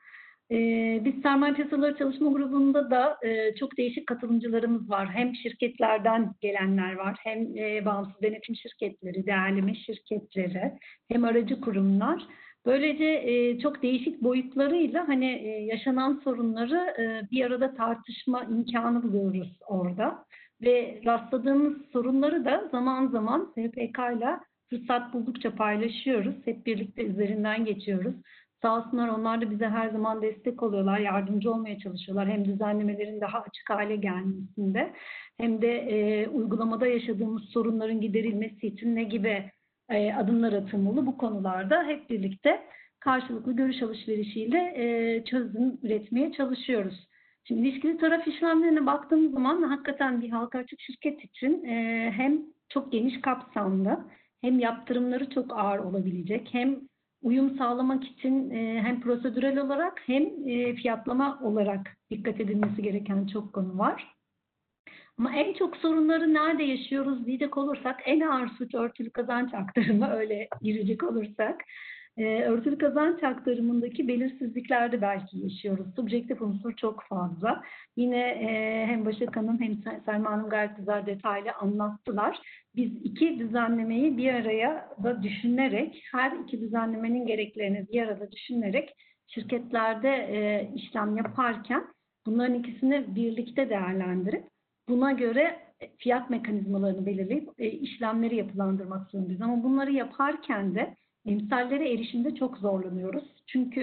Biz Sermaye Piyasaları Çalışma Grubu'nda da çok değişik katılımcılarımız var. Hem şirketlerden gelenler var, hem bağımsız denetim şirketleri, değerleme şirketleri, hem aracı kurumlar. Böylece çok değişik boyutlarıyla hani yaşanan sorunları bir arada tartışma imkanı buluyoruz orada. Ve rastladığımız sorunları da zaman zaman SPK ile fırsat buldukça paylaşıyoruz. Hep birlikte üzerinden geçiyoruz. Sağ olsunlar, onlar da bize her zaman destek oluyorlar, yardımcı olmaya çalışıyorlar. Hem düzenlemelerin daha açık hale gelmesinde hem de uygulamada yaşadığımız sorunların giderilmesi için ne gibi adımlar atılmalı bu konularda hep birlikte karşılıklı görüş alışverişiyle çözüm üretmeye çalışıyoruz. Şimdi ilişkili taraf işlemlerine baktığımız zaman hakikaten bir halka açık şirket için hem çok geniş kapsamlı, hem yaptırımları çok ağır olabilecek, hem uyum sağlamak için hem prosedürel olarak hem fiyatlama olarak dikkat edilmesi gereken çok konu var. Ama en çok sorunları nerede yaşıyoruz diyecek olursak en ağır suç örtülü kazanç aktarımı, öyle girecek olursak. Örtülü kazanç aktarımındaki belirsizliklerde belki yaşıyoruz. Subjektif unsur çok fazla. Yine hem Başak Hanım hem Selma Hanım gayet güzel detaylı anlattılar. Biz iki düzenlemeyi bir araya da düşünerek, her iki düzenlemenin gereklerini bir arada düşünerek şirketlerde işlem yaparken bunların ikisini birlikte değerlendirip buna göre fiyat mekanizmalarını belirleyip işlemleri yapılandırmak zorundayız. Ama bunları yaparken de emsallere erişimde çok zorlanıyoruz. Çünkü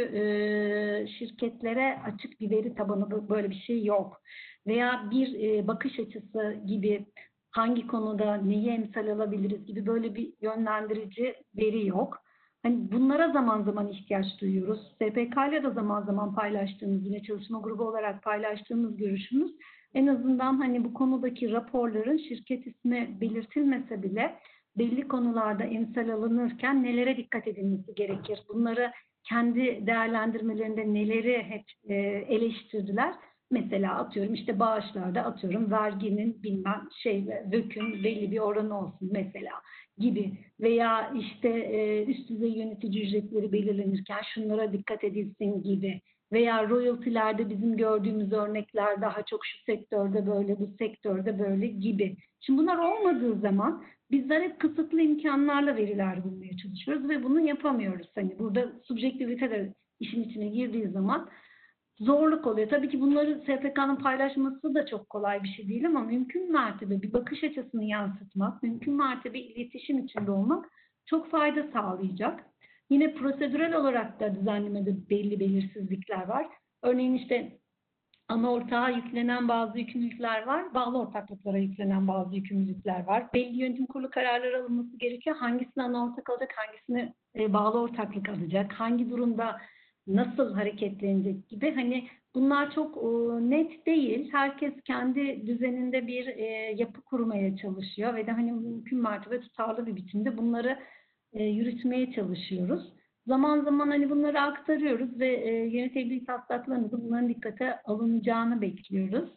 şirketlere açık bir veri tabanı böyle bir şey yok. Veya bir bakış açısı gibi hangi konuda neyi emsal alabiliriz gibi böyle bir yönlendirici veri yok. Hani bunlara zaman zaman ihtiyaç duyuyoruz. SPK ile de zaman zaman paylaştığımız, yine çalışma grubu olarak paylaştığımız görüşümüz en azından hani bu konudaki raporların şirket ismi belirtilmese bile belli konularda emsal alınırken nelere dikkat edilmesi gerekir? Bunları kendi değerlendirmelerinde neleri hep eleştirdiler? Mesela atıyorum işte bağışlarda atıyorum verginin bilmem VÖK'ün belli bir oranı olsun mesela gibi veya işte üst düzey yönetici ücretleri belirlenirken şunlara dikkat edilsin gibi veya royaltilerde bizim gördüğümüz örnekler daha çok şu sektörde böyle, bu sektörde böyle gibi. Şimdi bunlar olmadığı zaman bizler hep kısıtlı imkanlarla veriler bulmaya çalışıyoruz ve bunu yapamıyoruz. Hani burada subjektivite de işin içine girdiği zaman zorluk oluyor. Tabii ki bunları SPK'nın paylaşması da çok kolay bir şey değil ama mümkün mertebe bir bakış açısını yansıtmak, mümkün mertebe iletişim içinde olmak çok fayda sağlayacak. Yine prosedürel olarak da düzenlemede belli belirsizlikler var. Örneğin işte ana ortağa yüklenen bazı yükümlülükler var, bağlı ortaklıklara yüklenen bazı yükümlülükler var. Belli yönetim kurulu kararları alınması gerekiyor. Hangisine ana ortak olacak, hangisine bağlı ortaklık alacak, hangi durumda nasıl hareketlenecek gibi hani bunlar çok net değil. Herkes kendi düzeninde bir yapı kurmaya çalışıyor ve de hani mümkün mertebe tutarlı bir biçimde bunları yürütmeye çalışıyoruz. Zaman zaman hani bunları aktarıyoruz ve yönetebildiği taslaklarımızda bunların dikkate alınacağını bekliyoruz.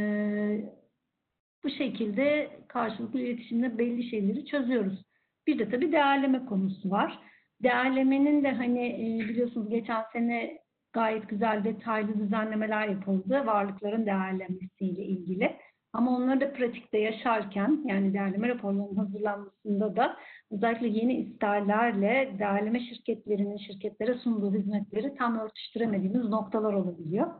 Bu şekilde karşılıklı iletişimle belli şeyleri çözüyoruz. Bir de tabii değerleme konusu var. Değerlemenin de hani biliyorsunuz geçen sene gayet güzel detaylı düzenlemeler yapıldı varlıkların değerlenmesiyle ilgili. Ama onları da pratikte yaşarken yani değerleme raporlarının hazırlanmasında da özellikle yeni isterlerle değerleme şirketlerinin şirketlere sunduğu hizmetleri tam örtüştüremediğimiz noktalar olabiliyor.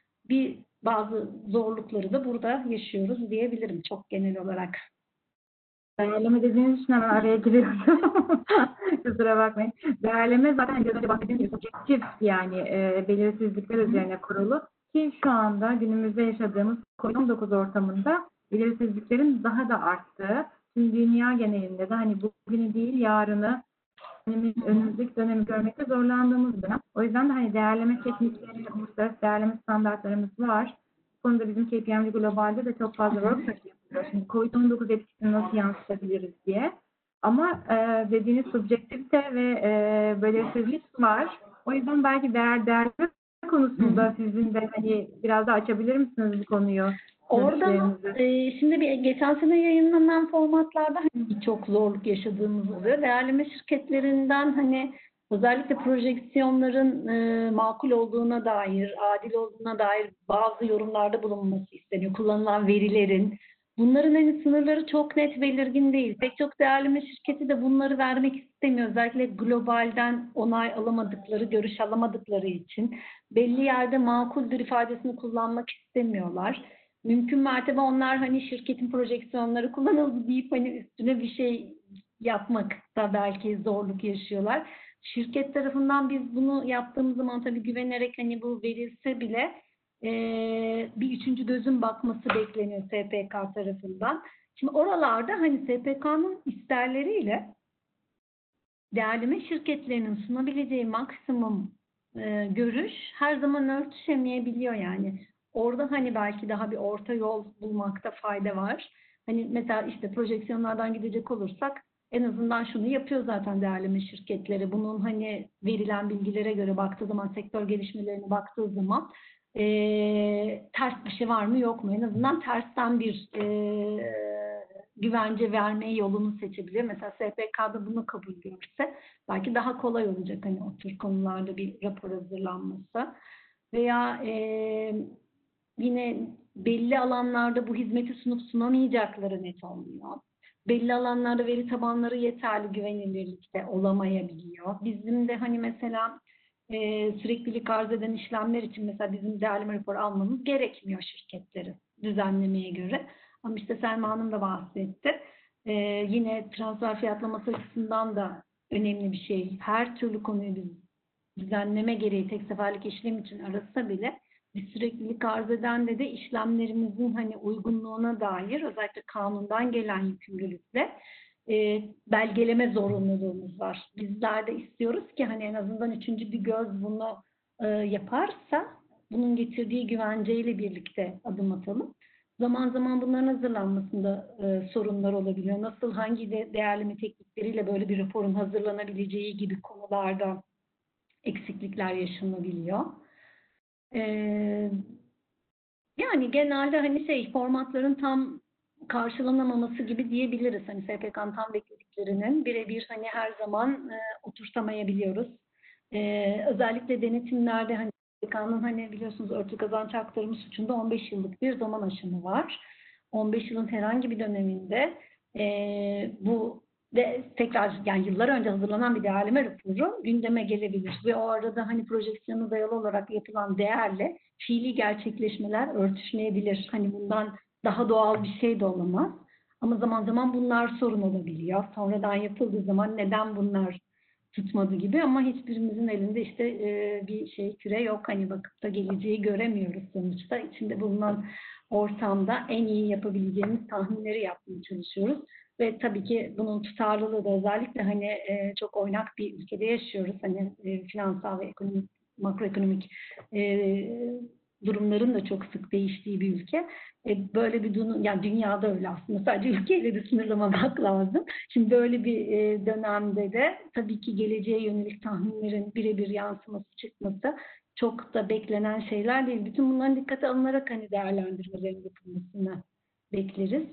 Bazı zorlukları da burada yaşıyoruz diyebilirim çok genel olarak. Değerleme dediğiniz için hemen araya giriyorum. Kusura bakmayın. Değerleme zaten biraz önce bahsettiğim gibi objektif yani belirsizlikler üzerine kurulu. Ki şu anda günümüzde yaşadığımız COVID-19 ortamında belirsizliklerin daha da arttığı, tüm dünya genelinde de hani bugünü değil yarını önümüzdeki dönemi görmekte zorlandığımız dönem. O yüzden de hani değerleme teknikleri, uluslararası değerleme standartlarımız var. Bu konuda bizim KPMG Global'de de çok fazla workshop yapılıyor. Şimdi COVID-19 etkisini nasıl yansıtabiliriz diye. Ama dediğiniz subjektivite ve belirsizlik var. O yüzden belki değerleme konusunda sizin de hani biraz da açabilir misiniz bu konuyu? Orada şimdi geçen sene yayınlanan formatlarda hani birçok zorluk yaşadığımız oluyor. Değerleme şirketlerinden hani özellikle projeksiyonların makul olduğuna dair, adil olduğuna dair bazı yorumlarda bulunması isteniyor. Kullanılan verilerin. Bunların hani sınırları çok net belirgin değil. Pek çok değerleme şirketi de bunları vermek istemiyor. Özellikle globalden onay alamadıkları, görüş alamadıkları için belli yerde makuldür ifadesini kullanmak istemiyorlar. Mümkün mertebe onlar hani şirketin projeksiyonları kullanıldı deyip hani üstüne bir şey yapmakta belki zorluk yaşıyorlar. Şirket tarafından biz bunu yaptığımız zaman tabii güvenerek hani bu verilse bile bir üçüncü gözün bakması bekleniyor SPK tarafından. Şimdi oralarda hani SPK'nın isterleriyle değerleme şirketlerinin sunabileceği maksimum görüş her zaman örtüşemeyebiliyor yani. Orada hani belki daha bir orta yol bulmakta fayda var. Hani mesela işte projeksiyonlardan gidecek olursak en azından şunu yapıyor zaten değerleme şirketleri. Bunun hani verilen bilgilere göre baktığı zaman, sektör gelişmelerine baktığı zaman ters bir şey var mı yok mu? En azından tersten bir güvence verme yolunu seçebilir. Mesela SPK'da bunu kabul görürse belki daha kolay olacak hani o tür konularda bir rapor hazırlanması. Veya yine belli alanlarda bu hizmeti sunup sunamayacakları net olmuyor. Belli alanlarda veri tabanları yeterli güvenilirlikte olamayabiliyor. Bizim de hani mesela süreklilik arz eden işlemler için mesela bizim değerleme raporu almamız gerekmiyor şirketlerin düzenlemeye göre. Ama işte Selma Hanım da bahsetti. Yine transfer fiyatlaması açısından da önemli bir şey. Her türlü konuyu biz düzenleme gereği tek seferlik işlem için arasa bile bir süreklilik arz eden de işlemlerimizin hani uygunluğuna dair özellikle kanundan gelen yükümlülükle belgeleme zorunluluğumuz var. Bizler de istiyoruz ki hani en azından üçüncü bir göz bunu yaparsa bunun getirdiği güvenceyle birlikte adım atalım. Zaman zaman bunların hazırlanmasında sorunlar olabiliyor. Nasıl, hangi değerleme teknikleriyle böyle bir raporun hazırlanabileceği gibi konularda eksiklikler yaşanabiliyor. Yani genelde hani formatların tam karşılanamaması gibi diyebiliriz. Hani SPK'nın tam beklediklerinin birebir hani her zaman oturtamayabiliyoruz. Özellikle denetimlerde hani SPK'nın hani biliyorsunuz örtülü kazanç aktarımı suçunda 15 yıllık bir zaman aşımı var. 15 yılın herhangi bir döneminde bu ve tekrar yani yıllar önce hazırlanan bir değerleme raporu gündeme gelebilir ve o arada hani projeksiyonu dayalı olarak yapılan değerle fiili gerçekleşmeler örtüşmeyebilir. Hani bundan daha doğal bir şey de olamaz. Ama zaman zaman bunlar sorun olabiliyor. Sonradan yapıldığı zaman neden bunlar tutmadı gibi ama hiçbirimizin elinde işte bir küre yok. Hani bakıp da geleceği göremiyoruz sonuçta. İçinde bulunan ortamda en iyi yapabileceğimiz tahminleri yapmaya çalışıyoruz. Ve tabii ki bunun tutarlılığı da özellikle hani çok oynak bir ülkede yaşıyoruz. Hani finansal ve ekonomik, makroekonomik durumların da çok sık değiştiği bir ülke. Böyle bir durum, yani dünyada öyle aslında, sadece ülkeyle de sınırlamamak lazım. Şimdi böyle bir dönemde de tabii ki geleceğe yönelik tahminlerin birebir yansıması çıkması çok da beklenen şeyler değil. Bütün bunların dikkate alınarak hani değerlendirmelerin yapılmasını bekleriz.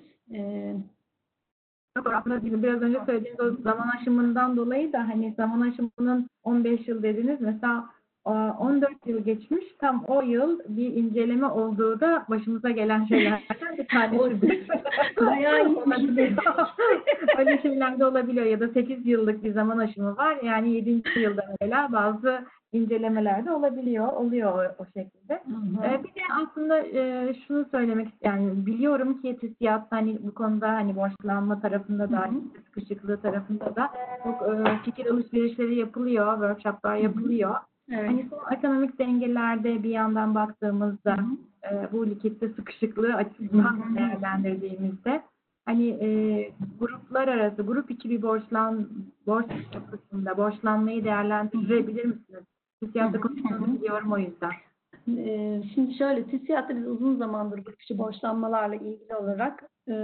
Çok aslında biraz önce söylediğiniz o zaman aşımından dolayı da hani zaman aşımının 15 yıl dediniz. Mesela 14 yıl geçmiş, tam o yıl bir inceleme olduğu da başımıza gelen şeylerden bir tanesidir. Bayağı iyi. Öyle şeyler de olabiliyor ya da 8 yıllık bir zaman aşımı var. Yani 7. yılda mesela bazı incelemeler de oluyor o şekilde. Bir de aslında şunu söylemek, yani biliyorum ki TÜSİAD hani bu konuda hani borçlanma tarafında da sıkışıklığı tarafında da çok fikir alışverişleri yapılıyor, workshoplar yapılıyor. Evet. Hani son ekonomik dengelerde bir yandan baktığımızda bu likitte sıkışıklığı açısından değerlendirdiğimizde hani gruplar arası, grup içi bir borç kısmında borçlanmayı değerlendirebilir misiniz? TÜSİAD'da konuştuğunu biliyorum o yüzden. Şimdi şöyle, TÜSİAD'da biz uzun zamandır grup içi borçlanmalarla ilgili olarak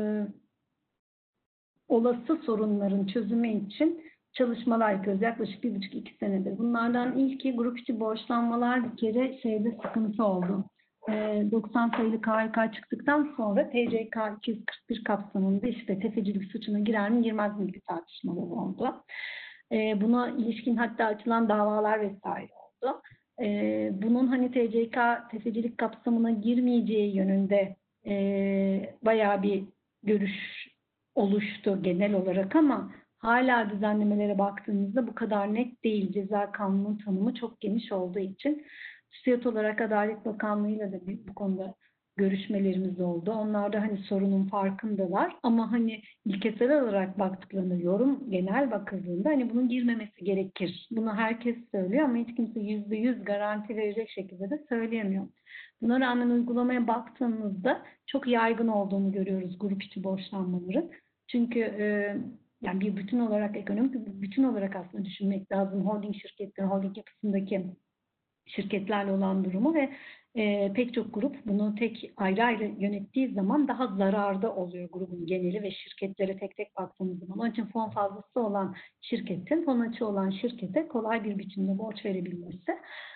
olası sorunların çözümü için çalışmalar yapıyoruz. Yaklaşık 1,5-2 senedir. Bunlardan ilki grup içi borçlanmalar bir kere sıkıntı oldu. 90 sayılı KHK çıktıktan sonra TCK 241 kapsamında işte tefecilik suçuna girer mi girmez mi gibi tartışmalar oldu. Buna ilişkin hatta açılan davalar vesaire oldu. Bunun hani TCK tefecilik kapsamına girmeyeceği yönünde bayağı bir görüş oluştu genel olarak, ama hala düzenlemelere baktığımızda bu kadar net değil. Ceza kanunun tanımı çok geniş olduğu için TÜSİAD olarak Adalet Bakanlığı'yla da bu konuda görüşmelerimiz oldu. Onlar da hani sorunun farkındalar, ama hani ilkesel olarak baktıklarında, yorum genel bakıldığında hani bunun girmemesi gerekir. Bunu herkes söylüyor ama hiç kimse %100 garanti verecek şekilde de söyleyemiyor. Buna rağmen uygulamaya baktığımızda çok yaygın olduğunu görüyoruz grup içi borçlanmaların. Çünkü yani bir bütün olarak, ekonomik bir bütün olarak aslında düşünmek lazım. Holding şirketleri, holding yapısındaki şirketlerle olan durumu ve pek çok grup bunu tek ayrı ayrı yönettiği zaman daha zararda oluyor grubun geneli ve şirketlere tek tek baktığımız zaman. Onun için fon fazlası olan şirketin fon açığı olan şirkete kolay bir biçimde borç verebilmesi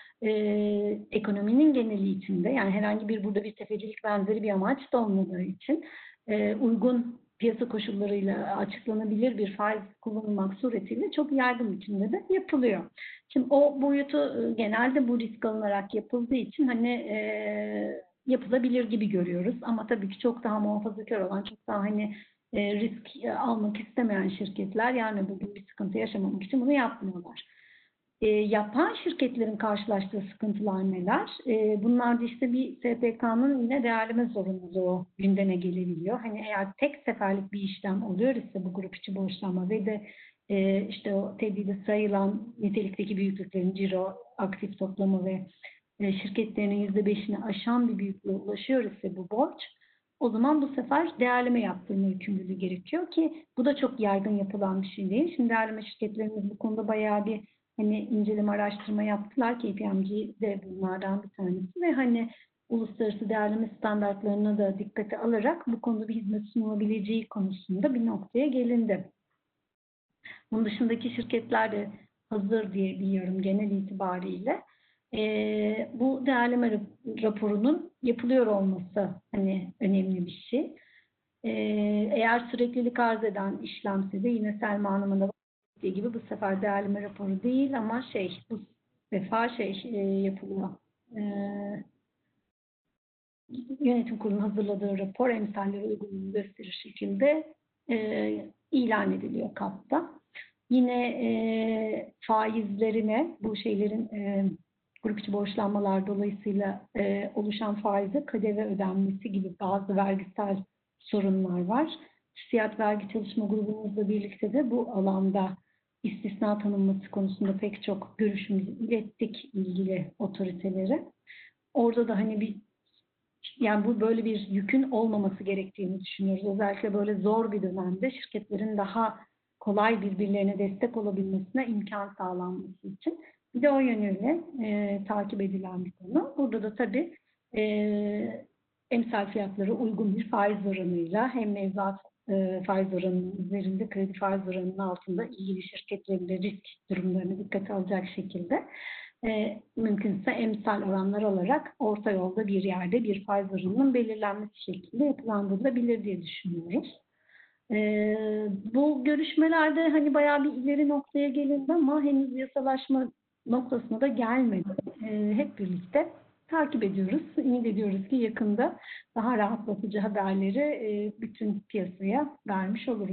ekonominin geneli içinde, yani herhangi bir burada bir tefecilik benzeri bir amaç da olmadığı için uygun piyasa koşullarıyla açıklanabilir bir faiz kullanılmak suretiyle çok yaygın biçimde de yapılıyor. Şimdi o boyutu genelde bu risk alınarak yapıldığı için hani yapılabilir gibi görüyoruz. Ama tabii ki çok daha muhafazakar olan, çok daha hani risk almak istemeyen şirketler, yani bugün bir sıkıntı yaşamamak için bunu yapmıyorlar. Yapan şirketlerin karşılaştığı sıkıntılar neler? Bunlar da işte bir SPK'nın yine değerleme zorunluluğu gündeme gelebiliyor. Hani eğer tek seferlik bir işlem oluyor ise bu grup içi borçlanma ve de işte o tebliğde sayılan nitelikteki büyüklüklerin ciro, aktif toplamı ve şirketlerinin %5'ini aşan bir büyüklüğe ulaşıyor ise bu borç, o zaman bu sefer değerleme yaptırma yükümlülüğü gerekiyor ki bu da çok yaygın yapılan bir şey değil. Şimdi değerleme şirketlerimiz bu konuda bayağı bir hani inceleme, araştırma yaptılar. KPMG de bunlardan bir tanesi ve hani uluslararası değerleme standartlarına da dikkate alarak bu konuda bir hizmet sunulabileceği konusunda bir noktaya gelindi. Bunun dışındaki şirketler de hazır diye biliyorum genel itibariyle. Bu değerleme raporunun yapılıyor olması hani önemli bir şey. Eğer süreklilik arz eden işlemse de yine Selma Hanım'ın da bahsettiği gibi bu sefer değerleme raporu değil ama bu defa yapılıyor. Yönetim kurulunun hazırladığı rapor emsalleri uygunluğunu gösterir şekilde ilan ediliyor KAP'ta. Yine faizlerine, bu şeylerin grup içi borçlanmalar dolayısıyla oluşan faize KDV ödenmesi gibi bazı vergisel sorunlar var. TÜSİAD Vergi Çalışma Grubumuzla birlikte de bu alanda istisna tanınması konusunda pek çok görüşümüzü ilettik ilgili otoritelere. Orada da hani bir Yani bu böyle bir yükün olmaması gerektiğini düşünüyoruz. Özellikle böyle zor bir dönemde şirketlerin daha kolay birbirlerine destek olabilmesine imkan sağlanması için. Bir de o yönüyle takip edilen bir konu. Burada da tabii emsal fiyatları uygun bir faiz oranıyla hem mevduat faiz oranının üzerinde, kredi faiz oranının altında ilgili şirketlerin de risk durumlarını dikkate alacak şekilde mümkünse emsal oranlar olarak orta yolda bir yerde bir faiz oranının belirlenmesi şeklinde yapılandırılabilir diye düşünüyoruz. Bu görüşmelerde hani bayağı bir ileri noktaya gelindi ama henüz yasalaşma noktasına da gelmedi. Hep birlikte takip ediyoruz. Ümit ediyoruz ki yakında daha rahatlatıcı haberleri bütün piyasaya vermiş oluruz.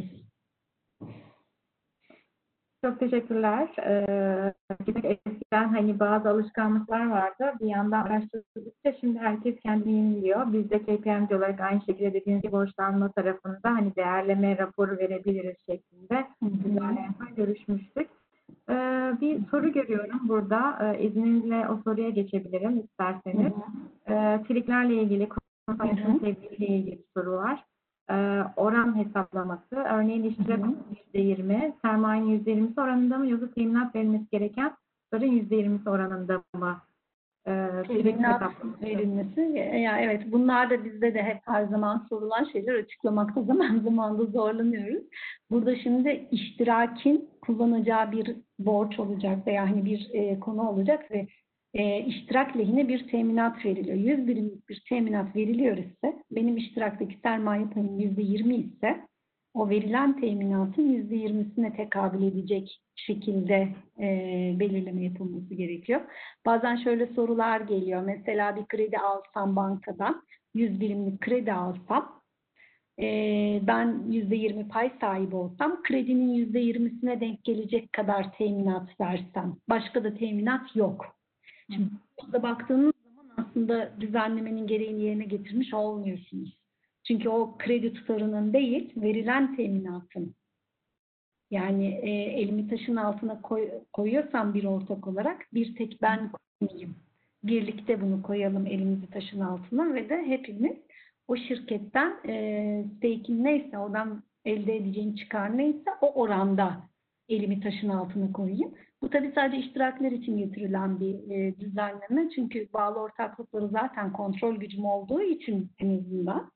Çok teşekkürler. Eskiden hani bazı alışkanlıklar vardı. Bir yandan araştırdıkça şimdi herkes kendini yeniliyor. Biz de KPMG olarak aynı şekilde dediğiniz gibi borçlanma tarafında hani değerleme raporu verebiliriz şeklinde sizlerle görüşmüştük. Bir soru görüyorum burada. İzninizle o soruya geçebilirim isterseniz. TÜİK'lerle ilgili, kurumsal yönetim tebliğiyle ilgili bir soru var. Oran hesaplaması, örneğin iştirak %20, sermayenin %20'si oranında mı yoksa teminat verilmesi gereken tutarın %20'si oranında mı? Teminat verilmesi. Yani evet, bunlar da bizde de hep her zaman sorulan şeyler, açıklamakta zaman zaman da zorlanıyoruz. Burada şimdi iştirakin kullanacağı bir borç olacak veya hani bir konu olacak ve iştirak lehine bir teminat veriliyor. 100 birimlik bir teminat veriliyor ise benim iştiraktaki sermaye payım %20 ise o verilen teminatın %20'sine tekabül edecek şekilde belirleme yapılması gerekiyor. Bazen şöyle sorular geliyor. Mesela bir kredi alsam bankadan, 100 birimlik kredi alsam, ben %20 pay sahibi olsam, kredinin %20'sine denk gelecek kadar teminat versem, başka da teminat yok. Şimdi burada baktığınız zaman aslında düzenlemenin gereğini yerine getirmiş olmuyorsunuz. Çünkü o kredi tutarının değil, verilen teminatın. Yani elimi taşın altına koyuyorsam bir ortak olarak bir tek ben koymayayım. Birlikte bunu koyalım elimizi taşın altına ve de hepimiz o şirketten stake'in neyse, oradan elde edeceğin çıkar neyse o oranda elimi taşın altına koyayım. Bu tabii sadece iştirakler için getirilen bir düzenleme. Çünkü bağlı ortaklıkları zaten kontrol gücüm olduğu için en azından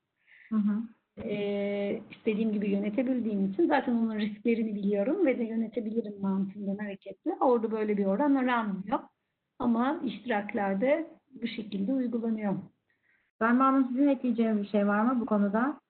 istediğim gibi yönetebildiğim için zaten onun risklerini biliyorum ve de yönetebilirim mantığından hareketle. Orada böyle bir oran aranmıyor. Ama iştiraklerde bu şekilde uygulanıyor. Selma Hanım, sizin ekleyeceğiniz bir şey var mı bu konuda?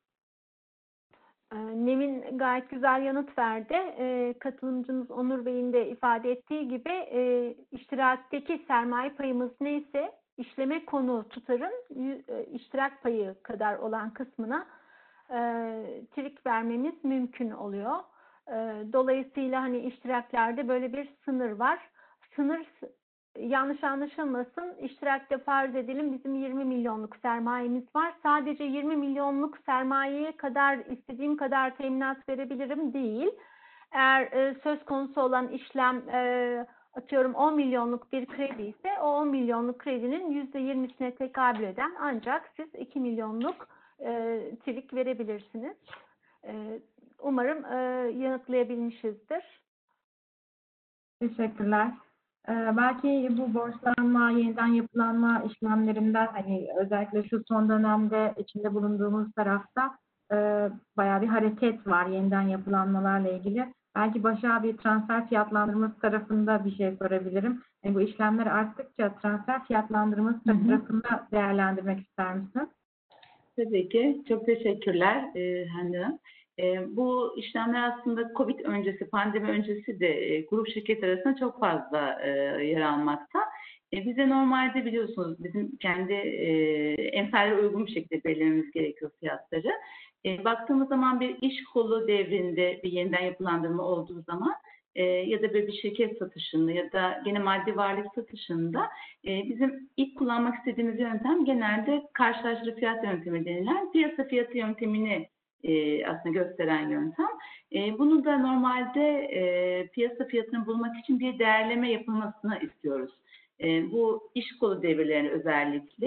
Nevin gayet güzel yanıt verdi. Katılımcımız Onur Bey'in de ifade ettiği gibi iştirakteki sermaye payımız neyse işleme konu tutarın iştirak payı kadar olan kısmına trik vermemiz mümkün oluyor. Dolayısıyla hani iştiraklerde böyle bir sınır var. Sınır yanlış anlaşılmasın. İştirakte farz edelim bizim 20 milyonluk sermayemiz var. Sadece 20 milyonluk sermayeye kadar istediğim kadar teminat verebilirim değil. Eğer söz konusu olan işlem atıyorum 10 milyonluk bir kredi ise o 10 milyonluk kredinin %20'sine tekabül eden ancak siz 2 milyonluk trik verebilirsiniz. Umarım yanıtlayabilmişizdir. Teşekkürler. Belki bu borçlanma, yeniden yapılanma işlemlerinden hani özellikle şu son dönemde içinde bulunduğumuz tarafta bayağı bir hareket var yeniden yapılanmalarla ilgili. Belki Başak'a bir transfer fiyatlandırması tarafında bir şey sorabilirim. Bu işlemler arttıkça transfer fiyatlandırması tarafında değerlendirmek ister misin? Tabii ki. Çok teşekkürler Hande Hanım. Bu işlemler aslında Covid öncesi, pandemi öncesi de grup şirket arasında çok fazla yer almakta. Bize normalde biliyorsunuz bizim kendi emsallere uygun bir şekilde belirlememiz gerekiyor fiyatları. Baktığımız zaman bir iş kolu devrinde bir yeniden yapılandırma olduğu zaman ya da bir şirket satışında ya da gene maddi varlık satışında bizim ilk kullanmak istediğimiz yöntem genelde karşılaştırıcı fiyat yöntemi denilen piyasa fiyatı yöntemini aslında gösteren yöntem. Bunu da normalde piyasa fiyatını bulmak için bir değerleme yapılmasını istiyoruz. Bu iş kolu devirlerini özellikle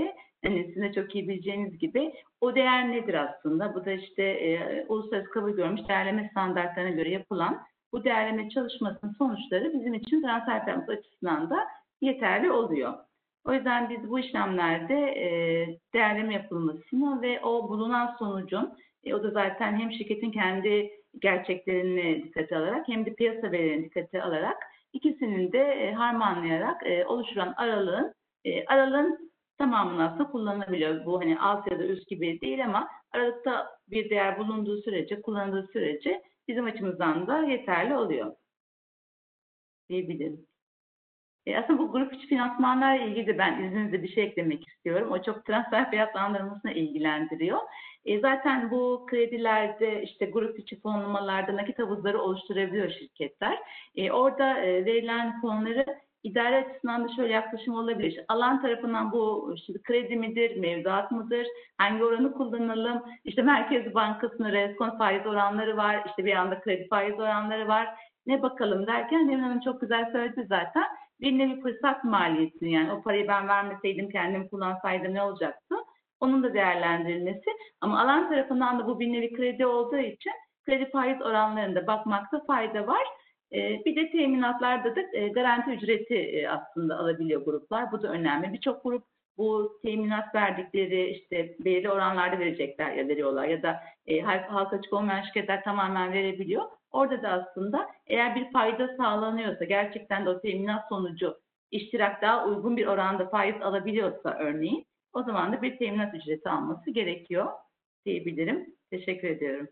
Hani sizin de çok iyi bileceğiniz gibi o değer nedir aslında? Bu da işte uluslararası kabul görmüş değerleme standartlarına göre yapılan bu değerleme çalışmasının sonuçları bizim için transfer planımız açısından da yeterli oluyor. O yüzden biz bu işlemlerde değerleme yapılmasını ve o bulunan sonucun, o da zaten hem şirketin kendi gerçeklerini dikkate alarak hem de piyasa verilerini dikkate alarak ikisinin de harmanlayarak oluşturan aralığın tamamını aslında kullanılabiliyor. Bu hani alt ya da üst gibi değil ama aralıkta bir değer bulunduğu sürece, kullanıldığı sürece bizim açımızdan da yeterli oluyor diyebilirim. Aslında bu grup içi finansmanlarla ilgili de ben izninizle bir şey eklemek istiyorum. O çok transfer fiyatlandırmasına ilgilendiriyor. Zaten bu kredilerde işte grup içi fonlamalarda nakit havuzları oluşturabiliyor şirketler. Orada verilen fonları idare açısından da şöyle yaklaşım olabilir. İşte alan tarafından bu işte kredi midir, mevduat mıdır, hangi oranı kullanalım, işte Merkez Bankası'nın reskont faiz oranları var, işte bir anda kredi faiz oranları var. Ne bakalım derken Nevin Hanım çok güzel söyledi zaten. Bir nevi fırsat maliyetini, yani o parayı ben vermeseydim, kendim kullansaydım ne olacaktı? Onun da değerlendirilmesi. Ama alan tarafından da bu bir nevi kredi olduğu için kredi faiz oranlarında bakmakta fayda var. Bir de teminatlarda da garanti ücreti aslında alabiliyor gruplar. Bu da önemli. Birçok grup bu teminat verdikleri işte belirli oranlarda verecekler ya veriyorlar ya da halka açık olmayan şirketler tamamen verebiliyor. Orada da aslında eğer bir fayda sağlanıyorsa, gerçekten de o teminat sonucu iştirak daha uygun bir oranda faiz alabiliyorsa örneğin, o zaman da bir teminat ücreti alması gerekiyor diyebilirim. Teşekkür ediyorum.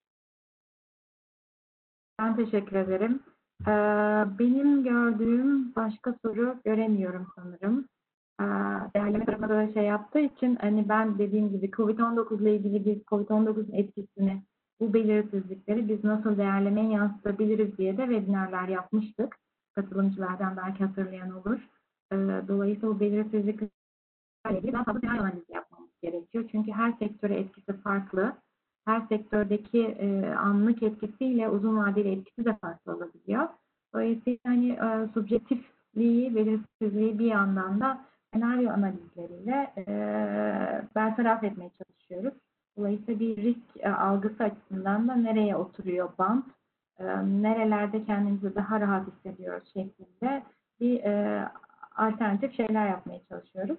Ben teşekkür ederim. Benim gördüğüm başka soru göremiyorum sanırım. Değerleme tarafında da şey yaptığı için hani ben dediğim gibi COVID-19 ile ilgili biz COVID-19'un etkisini, bu belirsizlikleri biz nasıl değerlemeye yansıtabiliriz diye de webinarlar yapmıştık. Katılımcılardan belki hatırlayan olur. Dolayısıyla bu belirsizliklerle ilgili daha fazla değer analizi yapmamız gerekiyor. Çünkü her sektöre etkisi farklı. Her sektördeki anlık etkisiyle uzun vadeli etkisi de farklı olabiliyor. Dolayısıyla hani subjektifliği, belirsizliği bir yandan da senaryo analizleriyle bertaraf etmeye çalışıyoruz. Dolayısıyla bir risk algısı açısından da nereye oturuyor band, nerelerde kendimizi daha rahat hissediyoruz şeklinde bir alternatif şeyler yapmaya çalışıyoruz.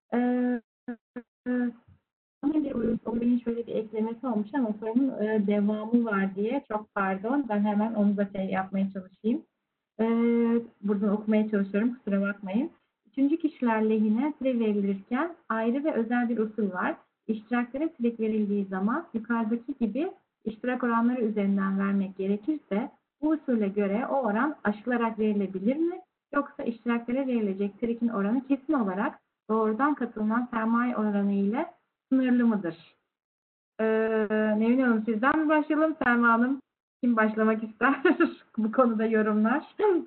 Onun şöyle bir eklemesi olmuş ama sorunun devamı var diye, çok pardon. Ben hemen onu da şey yapmaya çalışayım. Buradan okumaya çalışıyorum, kusura bakmayın. Üçüncü kişiler lehine süre verilirken ayrı ve özel bir usul var. İştiraklere süre verildiği zaman yukarıdaki gibi iştirak oranları üzerinden vermek gerekirse bu usule göre o oran aşılarak verilebilir mi? Yoksa iştiraklere verilecek sürekin oranı kesin olarak doğrudan katılınan sermaye oranı ile sınırlı mıdır? Nevin Hanım, sizden mi başlayalım, Selma Hanım? Kim başlamak ister? Bu konuda yorumlar.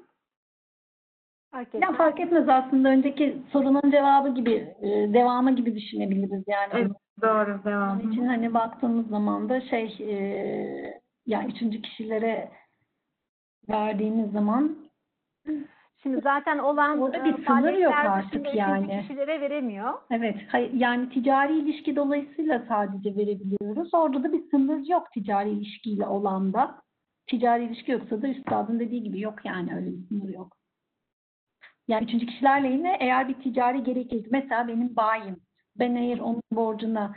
Ya fark etmez aslında, önceki sorunun cevabı gibi, devamı gibi düşünebiliriz yani. Evet, doğru, devam. Onun için hani baktığımız zaman da yani üçüncü kişilere verdiğimiz zaman Şimdi zaten olan orada bir sınır yok faaliyetler artık dışında yani. üçüncü kişilere veremiyor. Evet, yani ticari ilişki dolayısıyla sadece verebiliyoruz. Orada da bir sınır yok ticari ilişkiyle olanda. Ticari ilişki yoksa da üstadın dediği gibi yok, yani öyle bir sınır yok. Yani üçüncü kişilerle yine eğer bir ticari gereklilik, mesela benim bayim, ben eğer onun borcuna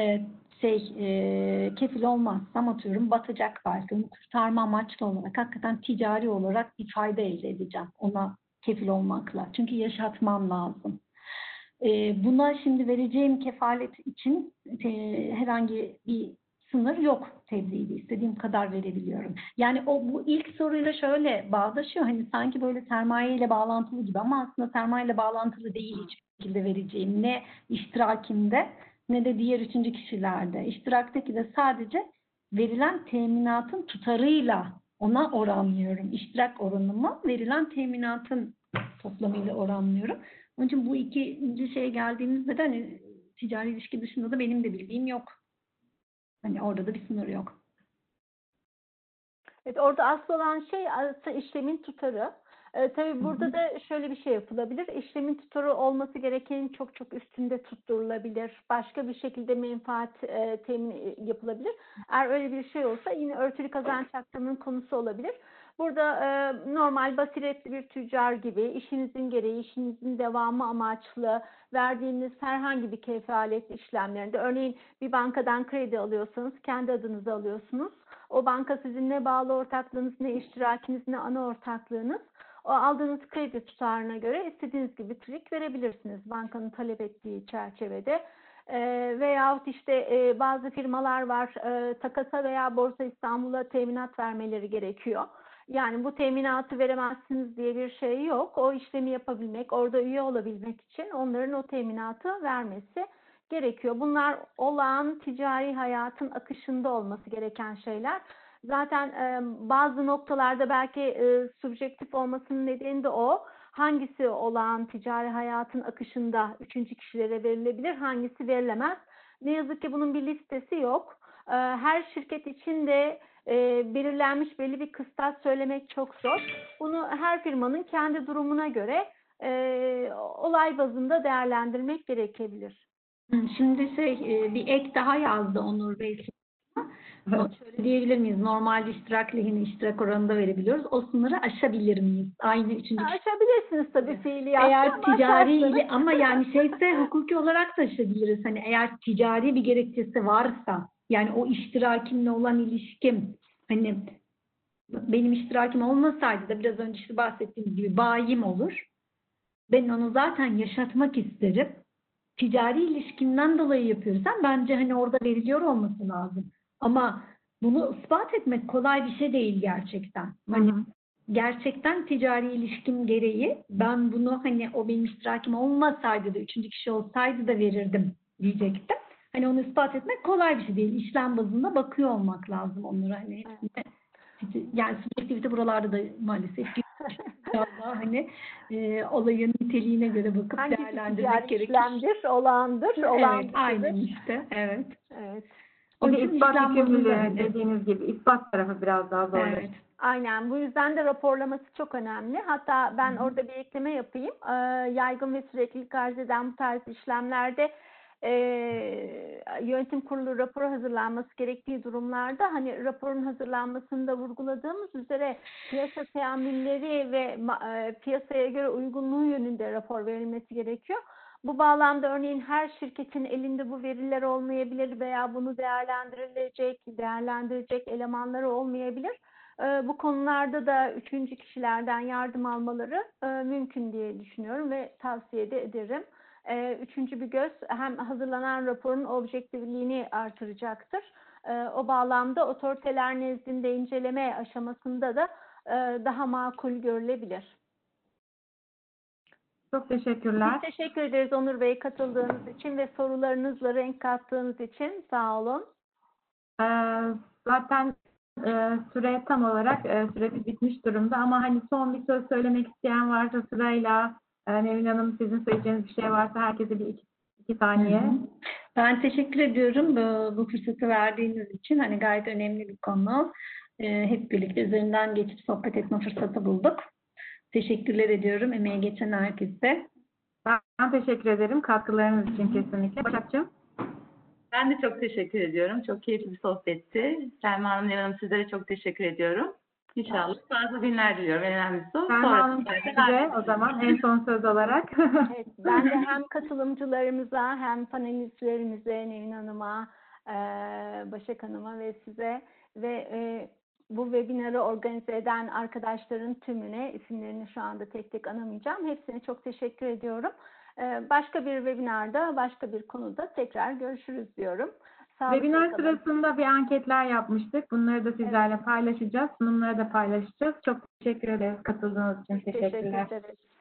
kefil olmazsam, atıyorum batacak belki, onu kurtarma amaçlı olarak hakikaten ticari olarak bir fayda elde edeceğim ona kefil olmakla. Çünkü yaşatmam lazım. Buna şimdi vereceğim kefalet için herhangi bir sınır yok tebliğde. İstediğim kadar verebiliyorum. Yani bu ilk soruyla şöyle bağdaşıyor. Hani sanki böyle sermaye ile bağlantılı gibi ama aslında sermaye ile bağlantılı değil hiçbir şekilde vereceğim. Ne iştirakimde ne de diğer üçüncü kişilerde. İştiraktaki de sadece verilen teminatın tutarıyla ona oranlıyorum. İştirak oranımı verilen teminatın toplamıyla oranlıyorum. Onun için bu ikinci şeye geldiğimizde de hani ticari ilişki dışında da benim de bildiğim yok. Hani orada da bir sınır yok. Evet, orada asıl olan şey aslında işlemin tutarı. Tabii burada da şöyle bir şey yapılabilir. İşlemin tutarı olması gerekenin çok çok üstünde tutturulabilir. Başka bir şekilde menfaat temin yapılabilir. Eğer öyle bir şey olsa yine örtülü kazanç hakkının konusu olabilir. Burada normal basiretli bir tüccar gibi işinizin gereği, işinizin devamı amaçlı verdiğiniz herhangi bir kefalet işlemlerinde, örneğin bir bankadan kredi alıyorsanız kendi adınıza alıyorsunuz. O banka sizin ne bağlı ortaklığınız, ne iştirakiniz, ne ana ortaklığınız. O aldığınız kredi tutarına göre istediğiniz gibi trik verebilirsiniz bankanın talep ettiği çerçevede. Veyahut işte bazı firmalar var, takasa veya Borsa İstanbul'a teminat vermeleri gerekiyor. Yani bu teminatı veremezsiniz diye bir şey yok. O işlemi yapabilmek, orada üye olabilmek için onların o teminatı vermesi gerekiyor. Bunlar olağan ticari hayatın akışında olması gereken şeyler. Zaten bazı noktalarda belki subjektif olmasının nedeni de o. Hangisi olağan ticari hayatın akışında üçüncü kişilere verilebilir, hangisi verilemez? Ne yazık ki bunun bir listesi yok. Her şirket için de belirlenmiş belli bir kıstas söylemek çok zor. Bunu her firmanın kendi durumuna göre olay bazında değerlendirmek gerekebilir. Şimdi bir ek daha yazdı Onur Bey. Evet. Şöyle diyebilir miyiz? Normalde iştirak lehine iştirak oranında verebiliyoruz. O sınırı aşabilir miyiz? Aynı üçüncü kişi. Aşabilirsiniz tabii fiiliyatı Eğer ama ticari aşarsınız. ama yani hukuki olarak da aşabiliriz. Hani eğer ticari bir gerekçesi varsa, yani o iştirakimle olan ilişkim, hani benim iştirakim olmasaydı da biraz önce işte bahsettiğim gibi bayim olur. Ben onu zaten yaşatmak isterim. Ticari ilişkimden dolayı yapıyorsam bence hani orada veriliyor olması lazım. Ama bunu ispat etmek kolay bir şey değil gerçekten. Hani gerçekten ticari ilişkim gereği ben bunu hani o benim iştirakim olmasaydı da üçüncü kişi olsaydı da verirdim diyecektim. Hani onu ispat etmek kolay bir şey değil. İşlem bazında bakıyor olmak lazım onlara. Hani hepsine, yani subjektivite buralarda da maalesef biraz daha hani olayın niteliğine göre bakıp Hangisi değerlendirmek ticari gerekir. işlemdir, olağandır, olağan Evet, aynen işte. Evet. Evet. Onun Bir de için ispat işlem yükümlülüğü bazında hani. dediğiniz gibi ispat tarafı biraz daha zorlaşıyor. Evet. Aynen. Bu yüzden de raporlaması çok önemli. Hatta ben orada bir ekleme yapayım. Yaygın ve süreklilik arz eden bu tarz işlemlerde yönetim kurulu raporu hazırlanması gerektiği durumlarda hani raporun hazırlanmasında vurguladığımız üzere piyasa teamülleri ve piyasaya göre uygunluğu yönünde rapor verilmesi gerekiyor. Bu bağlamda örneğin her şirketin elinde bu veriler olmayabilir veya bunu değerlendirecek elemanları olmayabilir. Bu konularda da üçüncü kişilerden yardım almaları mümkün diye düşünüyorum ve tavsiye de ederim. Üçüncü bir göz hem hazırlanan raporun objektifliğini artıracaktır. O bağlamda otoriteler nezdinde inceleme aşamasında da daha makul görülebilir. Çok teşekkürler. Biz teşekkür ederiz Onur Bey katıldığınız için ve sorularınızla renk kattığınız için. Sağ olun. Zaten süre tam olarak süremiz bitmiş durumda ama hani son bir söz söylemek isteyen varsa sırayla Nevin Hanım sizin söyleyeceğiniz bir şey varsa herkese bir iki saniye. Ben teşekkür ediyorum bu fırsatı verdiğiniz için. Hani gayet önemli bir konu. Hep birlikte üzerinden geçip sohbet etme fırsatı bulduk. Teşekkürler ediyorum emeğe geçen herkese. Ben teşekkür ederim katkılarınız için kesinlikle. Başakçığım. Ben de çok teşekkür ediyorum. Çok keyifli bir sohbetti. Selma Hanım, Nevin Hanım sizlere çok teşekkür ediyorum. İnşallah fazla günler diliyorum. En önemlisi o. Selma Hanım size o zaman en son söz olarak. Evet, ben de hem katılımcılarımıza hem panelistlerimize, Nevin Hanım'a, Başak Hanım'a ve size ve bu webinarı organize eden arkadaşların tümüne, isimlerini şu anda tek tek anamayacağım. Hepsine çok teşekkür ediyorum. Başka bir webinarda, başka bir konuda tekrar görüşürüz diyorum. Webinar sırasında bir anketler yapmıştık. Bunları da sizlerle paylaşacağız. Sunumları da paylaşacağız. Çok teşekkür ederiz katıldığınız için. Teşekkürler. Teşekkür ederiz.